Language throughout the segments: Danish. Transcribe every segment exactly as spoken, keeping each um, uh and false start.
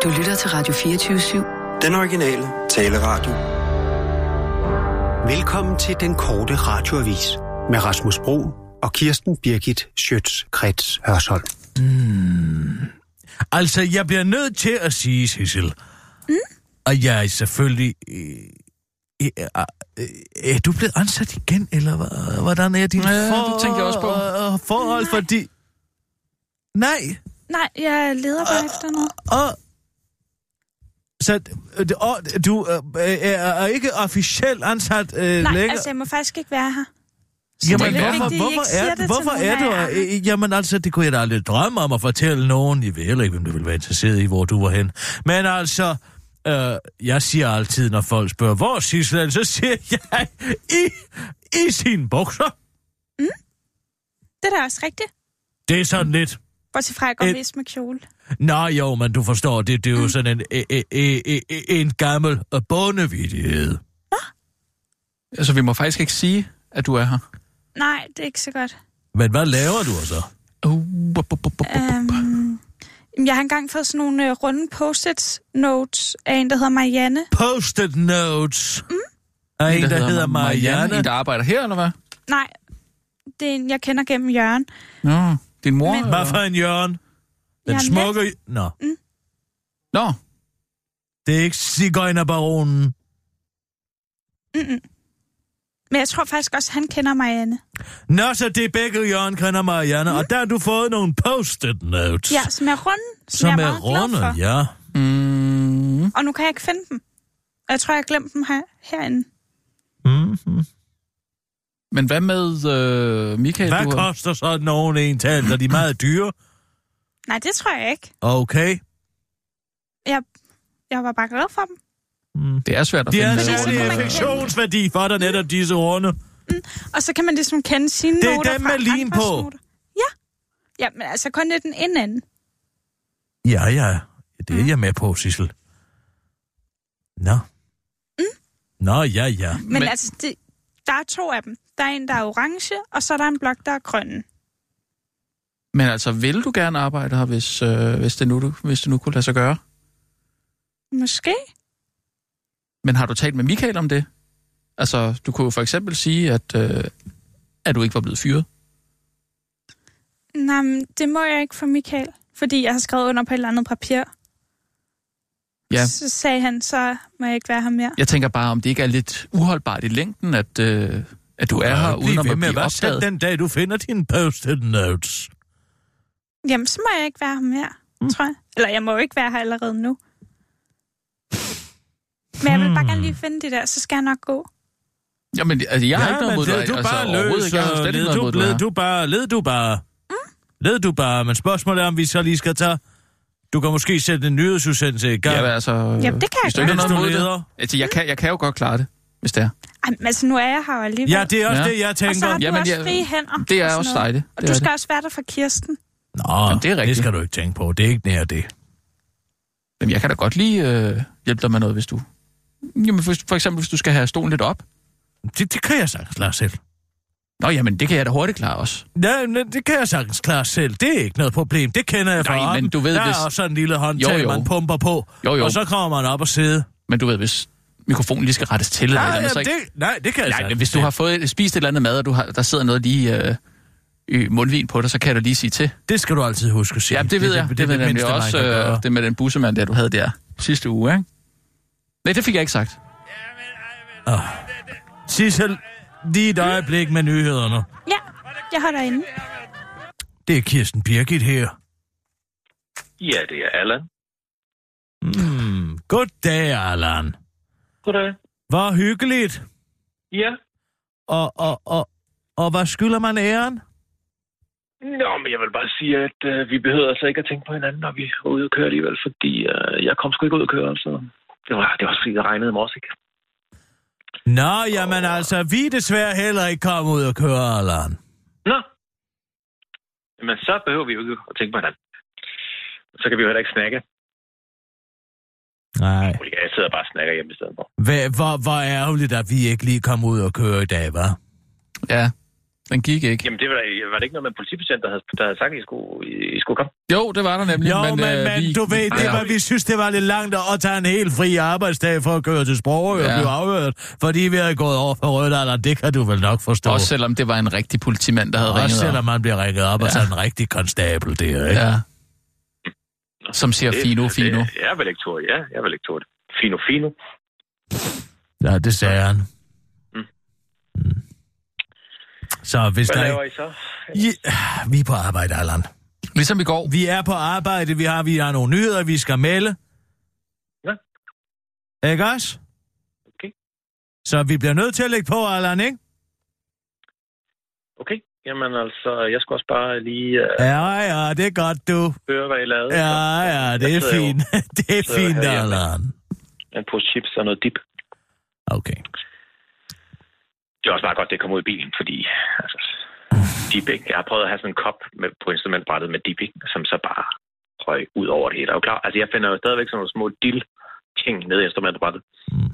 Du lytter til Radio fireogtyve syv. Den originale taleradio. Velkommen til den korte radioavis med Rasmus Bro og Kirsten Birgit Schøtz-Krets Hørsholm. Mm. Altså, jeg bliver nødt til at sige, Sissel, mm? og jeg er selvfølgelig... Øh, øh, øh, er du blevet ansat igen, eller hvordan er din ja, for, det tænker jeg også på. Øh, forhold, Nej. fordi... Nej. Nej, jeg leder bare uh, efter noget. Og... Så og, du øh, er, er ikke officielt ansat øh, Nej, længere? altså, jeg må faktisk ikke være her. Så jamen, hvorfor, vigtigt, hvorfor er, det hvorfor er du... Er, jamen altså, det kunne jeg da aldrig drømme om at fortælle nogen. Jeg ved heller ikke, hvem du ville være interesseret i, hvor du var hen. Men altså, øh, jeg siger altid, når folk spørger, hvor Sissel, så siger jeg, i, i sine bukser. Mm. Det er da også rigtigt. Det er sådan lidt... Bortset fra, jeg går mest med kjole. Nå jo, men du forstår, det, det er jo mm. sådan en, en, en, en gammel bondevidighed. Hvad? Altså, vi må faktisk ikke sige, at du er her. Nej, det er ikke så godt. Men hvad laver du så? Uh, um, jeg har engang fået sådan nogle uh, runde post-it notes af en, der hedder Marianne. Post-it notes? Mm? Af en, der, der hedder, hedder Marianne? Marianne? En, der arbejder her, eller hvad? Nej, det er en, jeg kender gennem Jørgen. Nå, din mor? Men... Hvad for en Jørgen? Den smukke... Nå. Mm. Nå. Det er ikke sigøjnerbaronen. Mm-mm. Men jeg tror faktisk også, han kender Marianne. Nå, så det er begge Jørgen kender Marianne, mm. og der har du fået nogle post-it notes. Ja, som er runde. Som, som jeg er, er runde, ja. Mm. Og nu kan jeg ikke finde dem. Og jeg tror, jeg har glemt dem her, herinde. Mm-hmm. Men hvad med øh, Michael? Hvad du har... koster så nogen en tal? Er de meget dyre? Nej, det tror jeg ikke. Okay. Jeg, jeg var bare glad for dem. Mm. Det er svært at de finde. Det er en særlig affektionsværdi for dig netop disse runde. Mm. Og så kan man ligesom kende sine det noter fra dem med lim på. Noter. Ja. Ja, men altså kun lidt den indenden. Ja, ja. Det er mm. jeg med på, Sissel. Nå. Mm. Nå, ja, ja. Men, men... altså, det, der er to af dem. Der er en, der er orange, og så er der en blok, der er grønne. Men altså, vil du gerne arbejde her, hvis, øh, hvis, det, nu, du, hvis det nu kunne lade sig gøre? Måske. Men har du talt med Michael om det? Altså, du kunne jo for eksempel sige, at, øh, at du ikke var blevet fyret. Nej, men det må jeg ikke for Michael, fordi jeg har skrevet under på et eller andet papir. Ja. Så sagde han, så må jeg ikke være her mere. Jeg tænker bare, om det ikke er lidt uholdbart i længden, at, øh, at du er her, uden at blive opdaget. Den dag, du finder dine post-it notes. Jamen, så må jeg ikke være her mere, mm. tror jeg. Eller jeg må jo ikke være her allerede nu. Men jeg vil bare gerne lige finde det der, så skal jeg nok gå. Jamen, altså, jeg har ja, ikke noget mod dig. Du altså, bare løs, ikke. Led, du, led, du bare, led du bare. Mm? Led du bare, men spørgsmålet er, om vi så lige skal tage... Du kan måske sætte en nyhedsudsendelse i gang. Ja, altså... Jamen, det kan jeg godt. Noget det. Altså, jeg kan, jeg kan jo godt klare det, hvis det er. Ej, men altså, nu er jeg her jo alligevel. Ja, det er også ja. det, jeg tænker. Og så har du Jamen, også jeg, frie hænder. det er også dejligt. Og du skal det. også være der for Kirsten. Nå, jamen, det er rigtigt. Det skal du ikke tænke på. Det er ikke nær det. Jamen, jeg kan da godt lige øh, hjælpe dig med noget, hvis du... Jamen, for, for eksempel, hvis du skal have stolen lidt op. Det, det kan jeg sagtens klare selv. Nå, jamen, det kan jeg da hurtigt klare også. Nej, det kan jeg sagtens klare selv. Det er ikke noget problem. Det kender jeg fra Nej, men du ved, der hvis... er også sådan en lille håndtag, jo, jo. man pumper på. Jo, jo. Og så kommer man op og sidde. Men du ved, hvis mikrofonen lige skal rettes til... Eller Nej, eller ja, så ikke... det, nej, det kan jeg Nej, men hvis du har fået spist et eller andet mad, og du har, der sidder noget lige øh, i mundvin på dig, så kan jeg da lige sige til. Det skal du altid huske at sige. Ja, det ved det, jeg. Det, det, det, det, det, det, det, det også øh, det med den bussemand, der du havde der sidste uge, ikke? Nej, det fik jeg ikke sagt. Oh. Sissel, lige et øjeblik med nyhederne. Ja, jeg har derinde. Det er Kirsten Birgit her. Ja, det er Allan. Mm, goddag, Allan. Goddag. Hvor hyggeligt. Ja. Og, og, og, og hvad skylder man æren? Nå, men jeg vil bare sige, at øh, vi behøver altså ikke at tænke på hinanden, når vi er ude og køre alligevel, fordi øh, jeg kom sgu ikke ud og køre, så det var, det var fordi, det regnede i morges, ikke? Nå, jamen altså, vi er desværre heller ikke kommet ud og køre, Allan. Nå. Men så behøver vi jo ikke at tænke på hinanden. Så kan vi jo heller ikke snakke. Nej. Jeg sidder bare og snakker hjemme i stedet for. Hvor, hvor, hvor ærgerligt, at vi ikke lige kom ud og køre i dag, hva'? Ja. Den gik ikke. Jamen, det var, var det ikke noget med en politibetjent, der havde, der havde sagt, at I skulle, I, I skulle komme? Jo, det var der nemlig. Jo, men, men, øh, men vi, du ved, det ja. var, vi synes, det var lidt langt at tage en helt fri arbejdsdag for at køre til Sprogø ja. og blive afhørt, fordi vi havde gået over for rødt alder. Det kan du vel nok forstå. Også selvom det var en rigtig politimand, der havde Også ringet. Også selvom man bliver ringet op, ja. og så en rigtig konstabel der, ikke? Ja. Som siger det, fino, det, fino. Jeg er vel ikke tur, ja. Jeg er vel ikke tur. Fino, fino. Ja, det sagde han. Mm. Mm. Så hvis Hvad der laver I så? Ja, vi er på arbejde, Allan. Ligesom i går. Vi er på arbejde, vi har, vi har nogle nyheder, vi skal melde. Ja. Ikke også? Okay. Så vi bliver nødt til at lægge på, Allan, ikke? Okay. Jamen altså, jeg skal også bare lige... Uh, ja, ja, det er godt, du. Høre, hvad I lavede. Ja, ja, det er fint. det er fint, Allan. En pose chips og noget dip. Okay. Det er også bare godt, det kommer ud i bilen, fordi... Altså, dip, ikke? Jeg har prøvet at have sådan en kop med, på instrumentbrættet med dip, ikke? Som så bare røg ud over det hele. Er jo klar? Altså, jeg finder jo stadigvæk sådan nogle små dill-ting nede i instrumentbrættet. Mm.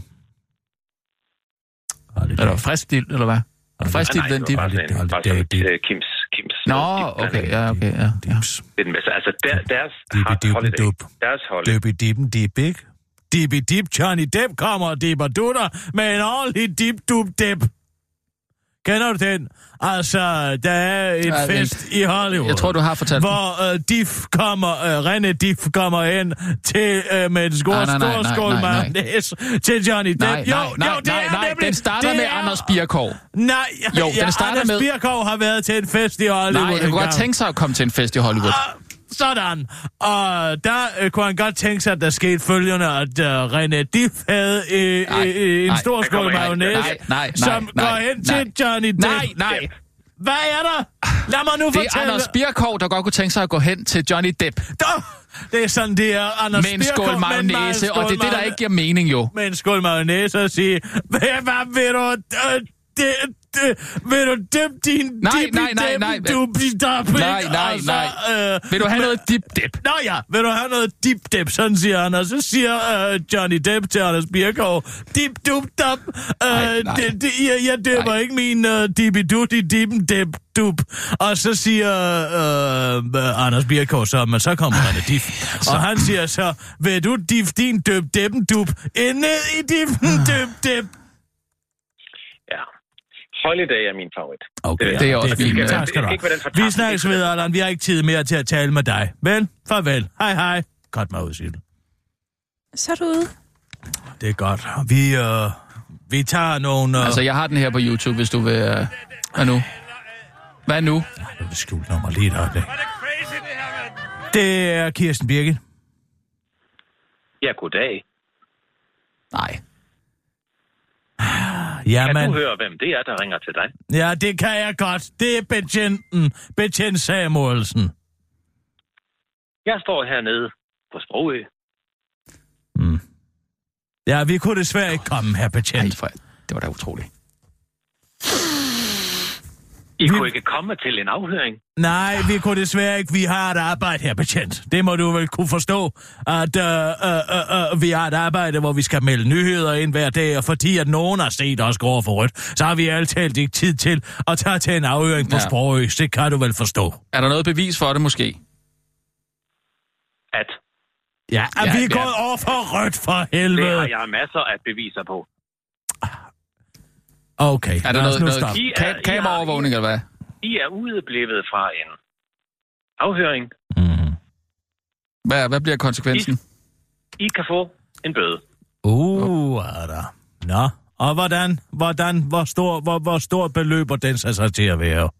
Er der frisk dild, eller hvad? Er der frisk dild, den dip? Nej, det var bare sådan, bare sådan Kims, Kims... Nå, okay, ja, okay, ja. Det er den bedste. Altså, der, deres holiday, deres holiday. Dip-i-dippen dip, ikke? Dip-i-dip, Johnny Depp kommer og dipper dutter med en ordentlig dip-dup-dip. Kender du den? Altså, der er en ja, fest i Hollywood. Jeg tror, du har fortalt hvor uh, Diff kommer, uh, René Diff kommer ind til, uh, med en stor, stor skål mayonnaise til Johnny Depp. Nej, jo, nej, nej, jo, det nej, er nej, nemlig, den starter med er... Anders Birkov. Nej, jo, ja, den starter Anders med... Birkov har været til en fest i Hollywood. Nej, han kunne godt tænke sig at komme til en fest i Hollywood. Uh, Sådan. Og der øh, kunne han godt tænke sig, at der skete følgende, at øh, René Diff havde øh, nej, øh, en nej, stor skål mayonnaise, nej, nej, som nej, går hen nej, til Johnny Depp. Nej, nej. Hvad er der? Lad mig nu det fortælle. Det er Anders Birkov, der godt kunne tænke sig at gå hen til Johnny Depp. Det er sådan, det er Anders Birkov. Med en skål mayonnaise, og det er det, der ikke giver mening jo. Med en skål mayonnaise og sige, hvad vil du... Øh, det, det, vil du dip din nej, dip nej, nej, nej. dip nej, nej, nej. Øh, vil du have noget dip-dip? Nå ja, vil du have noget dip-dip? Sådan siger han, og så siger øh, Johnny Depp til Anders Birkov, dip-dup-dup. Øh, det, det, jeg, jeg dipper ikke min øh, dip-i-dutti dip-dip-dup. Og så siger øh, Anders Birkov så, men så kommer han Diff. Og han siger så, vil du diff din døb-dip-dup ind i diffen-døb-dip? Ja. Holiday er min favorit. Okay, det, det er også det er fint. Tak skal du have. Vi snakkes ved, Allan. Vi har ikke tid mere til at tale med dig. Vel? Farvel. Hej, hej. Godt mig ud, Sille. Så er du ude. Det er godt. Vi, øh, vi tager nogle... Øh... Altså, jeg har den her på YouTube, hvis du vil... Øh... Hvad nu? Hvad nu? Ja, det er skjult nummer lige et øjeblik. Det er Kirsten Birgit. Ja, goddag. Nej. Jamen, kan du høre, hvem det er, der ringer til dig? Ja, det kan jeg godt. Det er betjenten. Betjent Samuelsen. Jeg står hernede på Sprogø. Mm. Ja, vi kunne desværre ikke komme her, betjent. Ej, det var da utroligt. I vi... kunne ikke komme til en afhøring? Nej, vi kunne desværre ikke. Vi har et arbejde her, betjent. Det må du vel kunne forstå, at øh, øh, øh, vi har et arbejde, hvor vi skal melde nyheder ind hver dag, og fordi at nogen har set os gå over for rødt, så har vi altid ikke tid til at tage til en afhøring på ja. Sprogø. Det kan du vel forstå. Er der noget bevis for det måske? At? Ja, at ja, vi er ja. gået over for rødt, for helvede. Det har jeg masser af beviser på. Okay, er der noget, noget ka- kameraovervågning, eller hvad? I er udeblevet fra en afhøring. Mm. Hvad, hvad bliver konsekvensen? I, I kan få en bøde. Uh, er der. Nå, og hvordan, hvordan, hvor stor, hvor, hvor stor beløber den sig så til at være?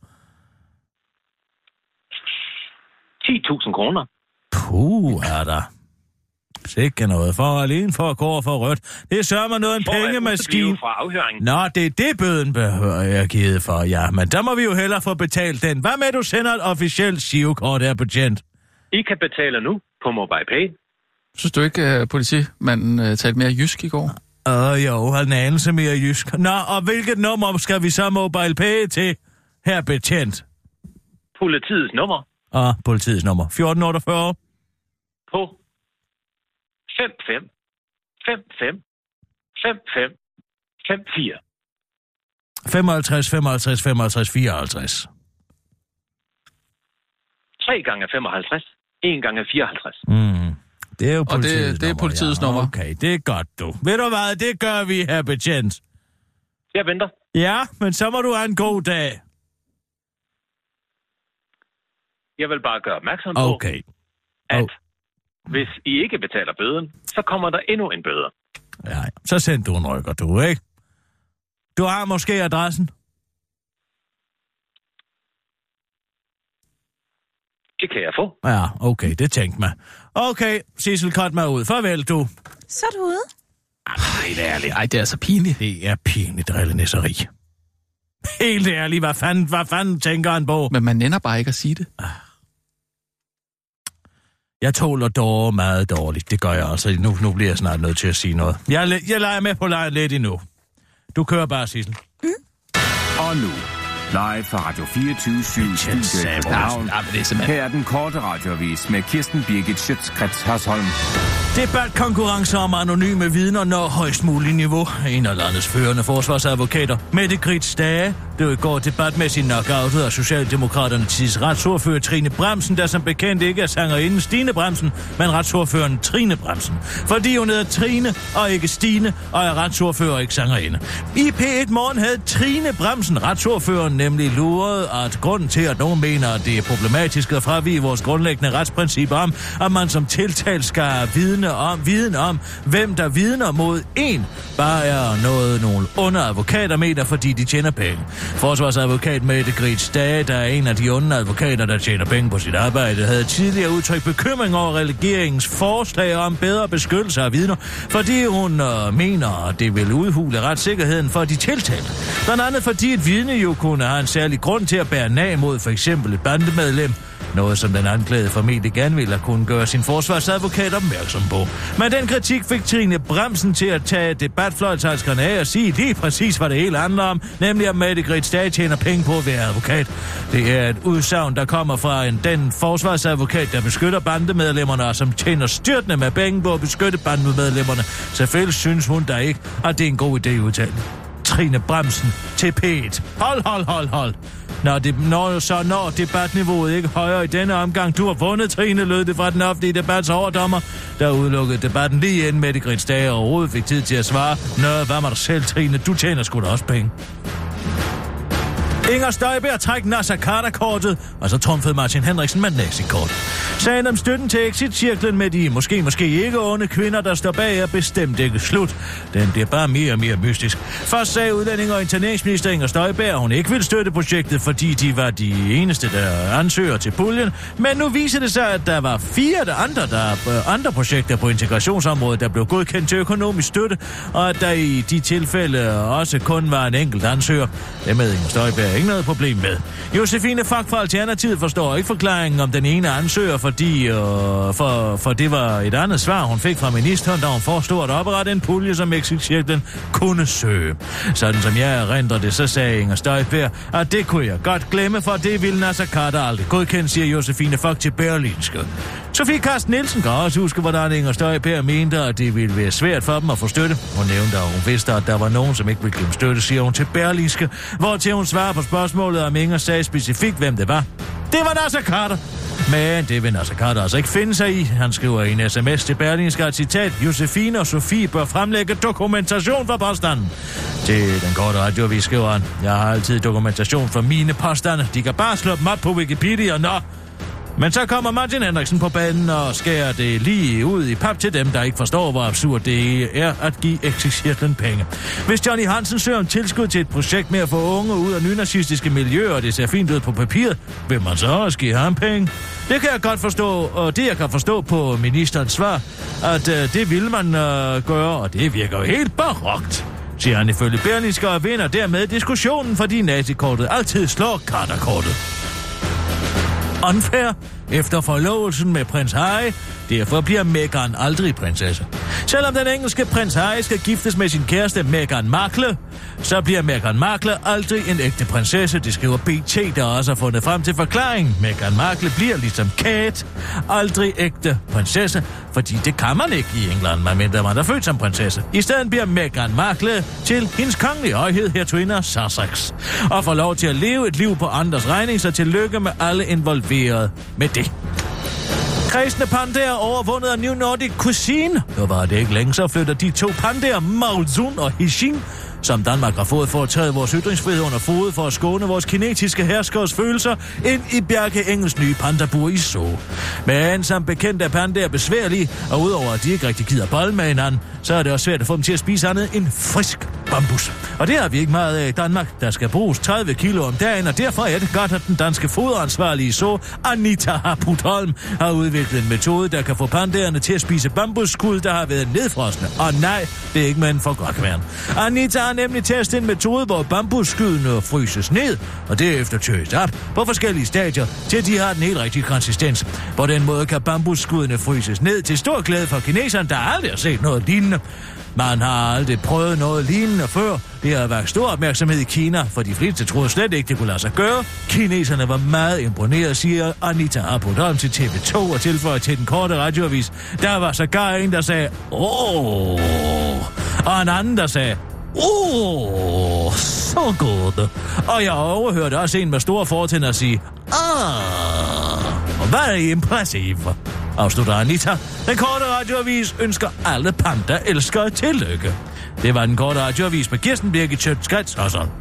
ti tusind kroner. Puh, er der. Sikke noget for alene for at gå over for rødt. Det sørger mig noget en for pengemaskine. Fra afhøringen. Nå, det er det bøden behøver jeg givet for, ja. Men der må vi jo hellere få betalt den. Hvad med, at du sender et officielt sivekort her, betjent? I kan betale nu på MobilePay. Synes du ikke, uh, politimanden uh, talte mere jysk i går? Åh uh, jo, han er anelse mere jysk. Nå, og hvilket nummer skal vi så MobilePay til, her betjent? Politiets nummer. Og politiets nummer. fjorten otteogfyrre. På fem fem fem fem fem fem fem fire. femoghalvtreds, femoghalvtreds, femoghalvtreds, fireoghalvtreds. tre gange femoghalvtreds, en gange fireoghalvtreds. Mm. Det er jo Og politiets det, det er nummer, politiets ja. nummer. Okay, det er godt, du. Ved du hvad, det gør vi her, betjent. Jeg venter. Ja, men så må du have en god dag. Jeg vil bare gøre opmærksom på, Okay. at Oh. hvis I ikke betaler bøden, så kommer der endnu en bøde. Ja, så send du en rykker, du, ikke? Du har måske adressen? Det kan jeg få. Ja, okay, det tænkte mig. Okay, Sissel, cut mig ud. Farvel, du. Så er du ude. Helt ærligt. Ej, det er så pinligt. Det er pinligt drillenæsseri. Helt ærligt, hvad fanden, hvad fanden tænker han på? Men man nænder bare ikke at sige det. Jeg tåler dårligt meget dårligt. Det gør jeg altså. Nu, nu bliver jeg snart nødt til at sige noget. Jeg, jeg leger med på lejen lidt endnu. Du kører bare, Sissel. Mm. Og nu, live fra Radio fireogtyve syv Studio i København. Ja, men det er simpelthen... Her er den korte radioavis med Kirsten Birgit Schøtz-Krets Hørsholm. Debatkonkurrence om anonyme vidner når højst muligt niveau. En af landets førende forsvarsadvokater, Mette Grits Stage, blev i går debatmæssigt knockoutet af Socialdemokraterne tids retsordfører Trine Bramsen, der som bekendt ikke er sangerinden Stine Bramsen, men retsordføreren Trine Bramsen. Fordi hun hedder Trine og ikke Stine, og er retsordfører og ikke sangerinde. I P et Morgen havde Trine Bramsen, retsordføreren, nemlig luret, at grunden til, at nogen mener, at det er problematisk at fravige vores grundlæggende retsprincipper om, at man som tiltalt skal vidne om, viden om, hvem der vidner mod en, bare er noget nogle onde advokater mener, fordi de tjener penge. Forsvarsadvokat Mette Grits Stage, der er en af de onde advokater, der tjener penge på sit arbejde, havde tidligere udtrykt bekymring over regeringens forslag om bedre beskyttelse af vidner, fordi hun øh, mener, at det vil udhule retssikkerheden for de tiltalte. Blandt andet fordi et vidne jo kunne have en særlig grund til at bære nag mod for eksempel et bandemedlem. Noget, som den anklagede formentlig gerne ville have kunne gøre sin forsvarsadvokat opmærksom på. Men den kritik fik Trine Bramsen til at tage debatfløjtsalskerne af og sige lige præcis, hvad det hele handler om, nemlig at Mette Grits Stage tjener penge på at være advokat. Det er et udsagn, der kommer fra en, den forsvarsadvokat, der beskytter bandemedlemmerne, og som tjener styrtende med penge på at beskytte bandemedlemmerne. Selvfølgelig synes hun da ikke, at det er en god idé udtalt. Trine Bramsen til P et. Hold, hold, hold, hold. Når, det, når så når debatniveauet ikke højere i denne omgang. Du har vundet, Trine, lød det fra den offentlige debats overdommer, der udelukkede debatten lige inden Mette Grits Stage overhovedet fik tid til at svare. Nå, hvad med dig selv, Trine? Du tjener sgu da også penge. Inger Støjberg træk Nasser Carter-kortet, og så trumfede Martin Henriksen med Nazi-kort. Sagen om støtten til exit-cirklen med de måske, måske ikke onde kvinder, der står bag, er bestemt ikke slut. Den bliver bare mere og mere mystisk. Først sagde udlænding- og interneringsminister Inger Støjberg, at hun ikke ville støtte projektet, fordi de var de eneste, der ansøger til puljen. Men nu viser det sig, at der var fire andre, der, andre projekter på integrationsområdet, der blev godkendt til økonomisk støtte, og at der i de tilfælde også kun var en enkelt ansøger. Det med Inger Støjberg ikke noget problem med. Josefine Fock fra Alternativet forstår ikke forklaringen om den ene ansøger, fordi øh, for, for det var et andet svar, hun fik fra ministeren, da hun forestod at oprette en pulje, som exit-cirklen kunne søge. Sådan som jeg erindrer det, så sagde Inger Støjberg, at det kunne jeg godt glemme, for det ville Nasser Carter aldrig godkendt, siger Josefine Fock til Berlingske. Sofie Carsten Nielsen kan også huske, hvordan Inger Støjberg mente, at det ville være svært for dem at få støtte. Hun nævnte, at hun vidste, at der var nogen, som ikke ville give dem støtte, siger hun til Berlingske, hvortil hun svarer på spørgsmålet, om Inger sagde specifikt, hvem det var. Det var Nasser Carter. Men det vil Nasser Carter altså ikke finde sig i. Han skriver i en sms til Berlingske, at citat, Josefine og Sofie bør fremlægge dokumentation for påstanden. Til den korte radioavis skriver han, jeg har altid dokumentation for mine påstande. De kan bare slå dem op på Wikipedia, nå. Men så kommer Martin Henriksen på banen og skærer det lige ud i pap til dem, der ikke forstår, hvor absurd det er at give exit-cirklen penge. Hvis Johnny Hansen søger om tilskud til et projekt med at få unge ud af nynazistiske miljøer, og det ser fint ud på papiret, vil man så også give ham penge? Det kan jeg godt forstå, og det jeg kan forstå på ministerens svar, at uh, det vil man uh, gøre, og det virker jo helt barokt, siger han ifølge Berlingske, og vinder dermed diskussionen, fordi nazikortet altid slår Carter-kortet. Unfair? efter forlovelsen med prins Harry. Derfor bliver Meghan aldrig prinsesse. Selvom den engelske prins Harry skal giftes med sin kæreste Meghan Markle, så bliver Meghan Markle aldrig en ægte prinsesse. Det skriver B T, der også har fundet frem til forklaring. Meghan Markle bliver ligesom Kate aldrig ægte prinsesse, fordi det kan man ikke i England, medmindre man er født som prinsesse. I stedet bliver Meghan Markle til hendes kongelige højhed, hertuginde af Sussex, og får lov til at leve et liv på andres regning, så tillykke med alle involveret med det. Kredsende pandaer overvundet af New Nordic Cuisine. Nu var det ikke længe, så flytter de to pandaer, Maozun og Hixin, som Danmark har fået for at tage vores ytringsfrihed under fod for at skåne vores kinetiske herskers følelser, ind i Bjarke Engels nye pandabur i Zoo. Men som bekendt er pandaer besværlige, og udover at de ikke rigtig gider bold med hinanden, så er det også svært at få dem til at spise andet end frisk bambus. Og det har vi ikke meget af i Danmark. Der skal bruges tredive kilo om dagen, og derfor er det godt, at den danske foderansvarlige Zoo, Anita Harputholm, har udviklet en metode, der kan få pandaerne til at spise bambusskud, der har været nedfrosne. Og nej, det er ikke mænd for godt væren. Anita har nemlig testet en metode, hvor bambusskydene fryses ned, og derefter tøjes op på forskellige stadier, til de har den helt rigtige konsistens. På den måde kan bambusskydene fryses ned til stor glæde for kineserne, der aldrig har set noget lignende. Man har aldrig prøvet noget lignende før. Det har været stor opmærksomhed i Kina, for de fleste troede slet ikke, det kunne lade sig gøre. Kineserne var meget imponeret, siger Anita Harputholm til T V to og tilføjer til den korte radioavis. Der var sågar en, der sagde, åh, og en anden, der sagde, åh, så godt. Og jeg overhørte også en med store fortænder sige, ah, very impressive. Afslutter Anita. Den korte radioavis ønsker alle panda-elskere tillykke. Det var den korte radioavis med Kirsten Birgit Schøtz-Krets og sådan.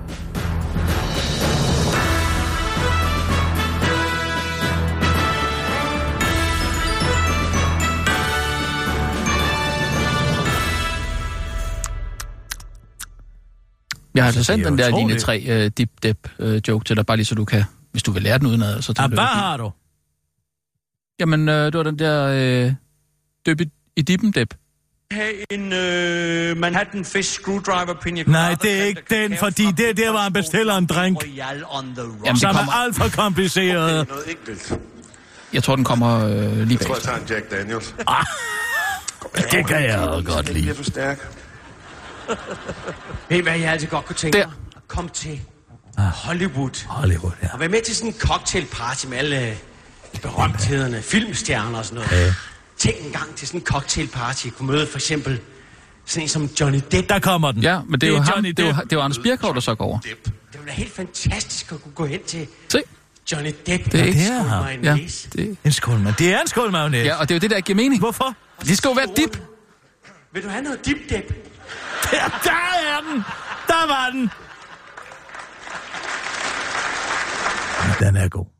Jeg har altså sendt den der linje tre uh, dip dip uh, joke til dig, bare lige så du kan, hvis du vil lære den udenad. Så ah, hvad har du? Jamen, øh, det var den der øh, døb i, i dippen dip. Have en øh, Manhattan Fish Screwdriver Pina Colada. Nej, det er ikke den, fordi det der var en bestiller en drink. Jamen, som kommer... er alt for kompliceret. Okay, noget enkelt. Jeg tror, den kommer øh, lige bag. Jeg tror, jeg tager en Jack Daniels. Ah, det kan jeg jo godt lide. Det er for stærk. Ved I, hvad jeg altid godt kunne tænke der. mig? At komme til Hollywood. Hollywood, ja. Og være med til sådan en cocktailparty med alle berømthederne, filmstjerner og sådan noget. Ja. Tænk en gang til sådan en cocktailparty. Jeg kunne møde for eksempel sådan en som Johnny Depp. Der kommer den. Ja, men det er, det er jo ham, Johnny det er jo, det er jo Anders Birkov, der så går over. Det ville være helt fantastisk at kunne gå hen til Se. Johnny Depp. Det er ikke her. Ja, det... En skål, det er en skål, mayonnaise. Ja, og det er jo det, der giver mening. Hvorfor? Det skal jo være dip. Vil du have noget dip dip? Der, der er den! Der var den! Den er god.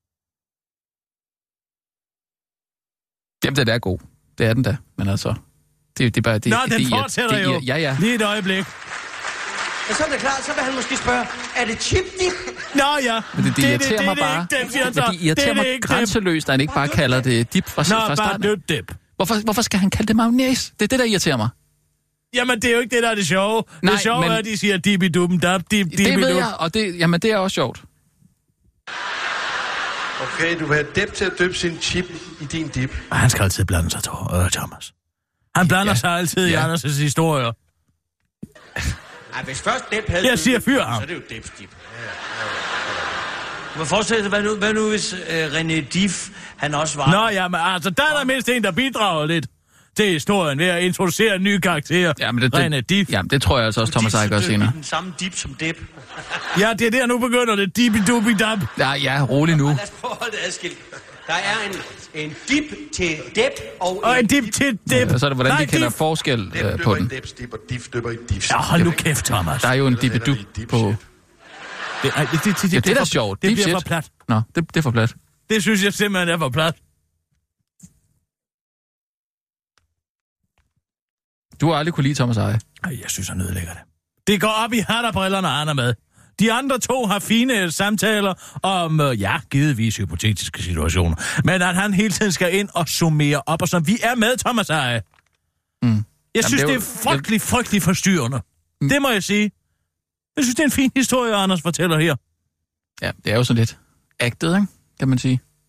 Jamen, den er god. Det er den da. Men altså, det, det er bare... Det, Nå, det, den det, fortsætter det, jo. Ja, ja. Lige et øjeblik. Og så er det klart, så vil han måske spørge, er det chip dip? Nå ja. Men det, det irriterer det, mig det, bare. Det, det, det, det, det irriterer mig grænseløst, at han ikke bare kalder det dip fra, Nå, fra starten. Nå, bare dip. Hvorfor, hvorfor skal han kalde det mayonnaise? Det er det, der irriterer mig. Jamen, det er jo ikke det, der er det sjove. Nej, det sjove men... er, at de siger dibi-duben dab, dip, dibi Det ved jeg, og det, jamen, det er også sjovt. Okay, du vil have Depp til at døbe sin chip i din dip. Og han skal altid blande sig, øh, Thomas. Han blander ja. sig altid ja. i Anders' historier. Ej, hvis først Depp havde... Jeg siger fyr ham. Så er det jo Depps dip. Du må forestille dig, hvad nu, hvad nu hvis øh, René Diff, han også var... Nå ja, men altså, der er der mindst en, der bidrager lidt til historien ved at introducere en ny karakter. Ja, men det, René Diff. Ja, det tror jeg altså også, Thomas Eik gør senere. Den samme dip som Depp. Ja, det er der, nu begynder det. Dibi-dubi-dab. Ja, ja, rolig nu. Lad os prøve at holde det adskilt. Der er en, en dip til Depp og, og en dip til Depp. Ja, så er det, hvordan Nej, de kender dip. forskel Depp øh, på den. Depps dip, og Diff døber i Diffs. Ja, hold nu kæft, Thomas. Der er jo en dippe-dub på... Det, ej, det, det, det, ja, det er da for, sjovt. Det Deep bliver shit. for plat. Nå, det, det er for plat. Det synes jeg simpelthen er for plat. Du har aldrig kunne lide Thomas Eje. Ej, jeg synes, han ødelægger det. Det går op i hatterbrillerne, og han er med. De andre to har fine samtaler om, øh, ja, givetvis hypotetiske situationer. Men at han hele tiden skal ind og summere op, og som vi er med, Thomas Eje. Mm. Jeg Jamen, synes, det er, det er frygtelig, frygtelig forstyrrende. Mm. Det må jeg sige. Jeg synes, det er en fin historie, Anders fortæller her. Ja, det er jo så lidt acted, ikke? Kan man sige.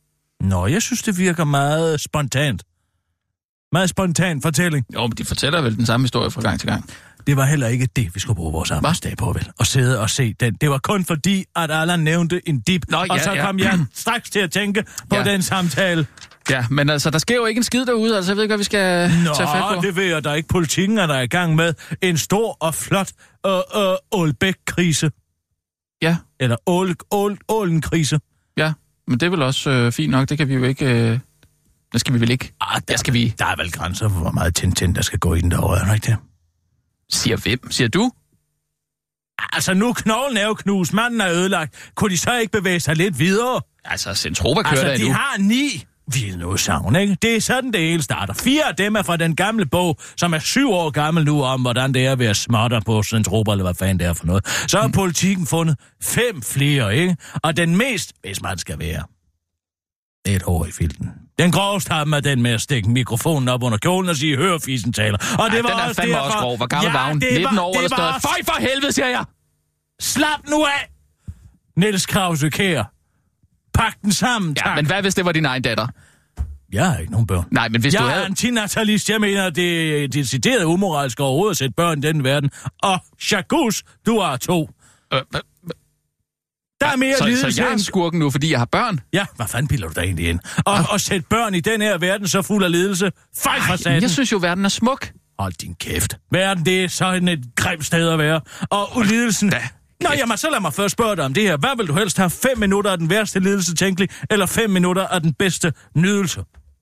Nå, jeg synes, det virker meget spontant. Meget spontan fortælling. Jo, men de fortæller vel den samme historie fra gang til gang. Det var heller ikke det, vi skulle bruge vores arbejdsdag på, vel? At sidde og se den. Det var kun fordi, at Allan nævnte en dip, Nå, ja, og så ja. kom jeg straks til at tænke på ja. den samtale. Ja, men altså, der sker jo ikke en skid derude, altså jeg ved ikke, hvad vi skal Nå, tage fat på. Nå, det ved jeg, der er ikke. Politikken er der i gang med en stor og flot øh, øh, Ålbæk-krise. Ja. Eller Ål, Ål, Ålen-krise. Ja, men det er vel også øh, fint nok, det kan vi jo ikke... Øh... Det skal vi vel ikke? Ah, der, skal vi... der er vel grænser for, hvor meget Tintin, der skal gå i den derovre, er det ikke det? Siger hvem? Siger du? Altså, nu knoglen er jo knust, manden er ødelagt. Kunne de så ikke bevæge sig lidt videre? Altså, Centropa kører altså, der endnu. de har ni vidneudsagn, ikke? Det er sådan, det hele starter. Fire af dem er fra den gamle bog, som er syv år gammel nu, om hvordan det er at være småtter på Centropa, eller hvad fanden det er for noget. Så har mm. politikken fundet fem flere, ikke? Og den mest, hvis man skal være et år i filten. Den groveste har med den med at stikke mikrofonen op under kjolen og sige, hør fisen taler. Og Ej, det var den er også fandme derfor... også grov. Hvor gammel ja, var hun? nitten år eller sådan noget. Føj for helvede, siger jeg! Slap nu af! Niels Krause Kjær. Pak den sammen, tak. Ja, men hvad hvis det var din egen datter? Jeg har ikke nogen børn. Nej, men hvis jeg du havde... Jeg er antinatalist. Jeg mener, det er decideret umoralsk overhovedet at sætte børn i den verden. Og Chagus, du har to. Øh, Der er mere så, lidelse. Så jeg er skurken nu, fordi jeg har børn? Ja, hvad fanden piller du der egentlig ind? Og, ah. og sætte børn i den her verden så fuld af lidelse. Fejl fra satan. Jeg synes jo, verden er smuk. Hold din kæft. Verden, det er sådan et grimt sted at være. Og ulidelsen... Da. Nå, jamen, så lad mig først spørge dig om det her. Hvad vil du helst have? Fem minutter af den værste lidelse tænkelig, eller fem minutter af den bedste nydelse?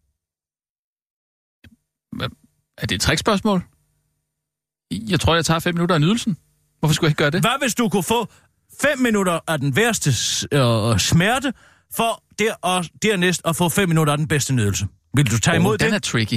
Er det et trickspørgsmål? Jeg tror, jeg tager fem minutter af nydelsen. Hvorfor skulle jeg ikke gøre det? Hvad hvis du kunne få fem minutter af den værste øh, smerte, for der og dernæst at få fem minutter af den bedste nydelse? Vil du tage oh, imod den det? Den er tricky.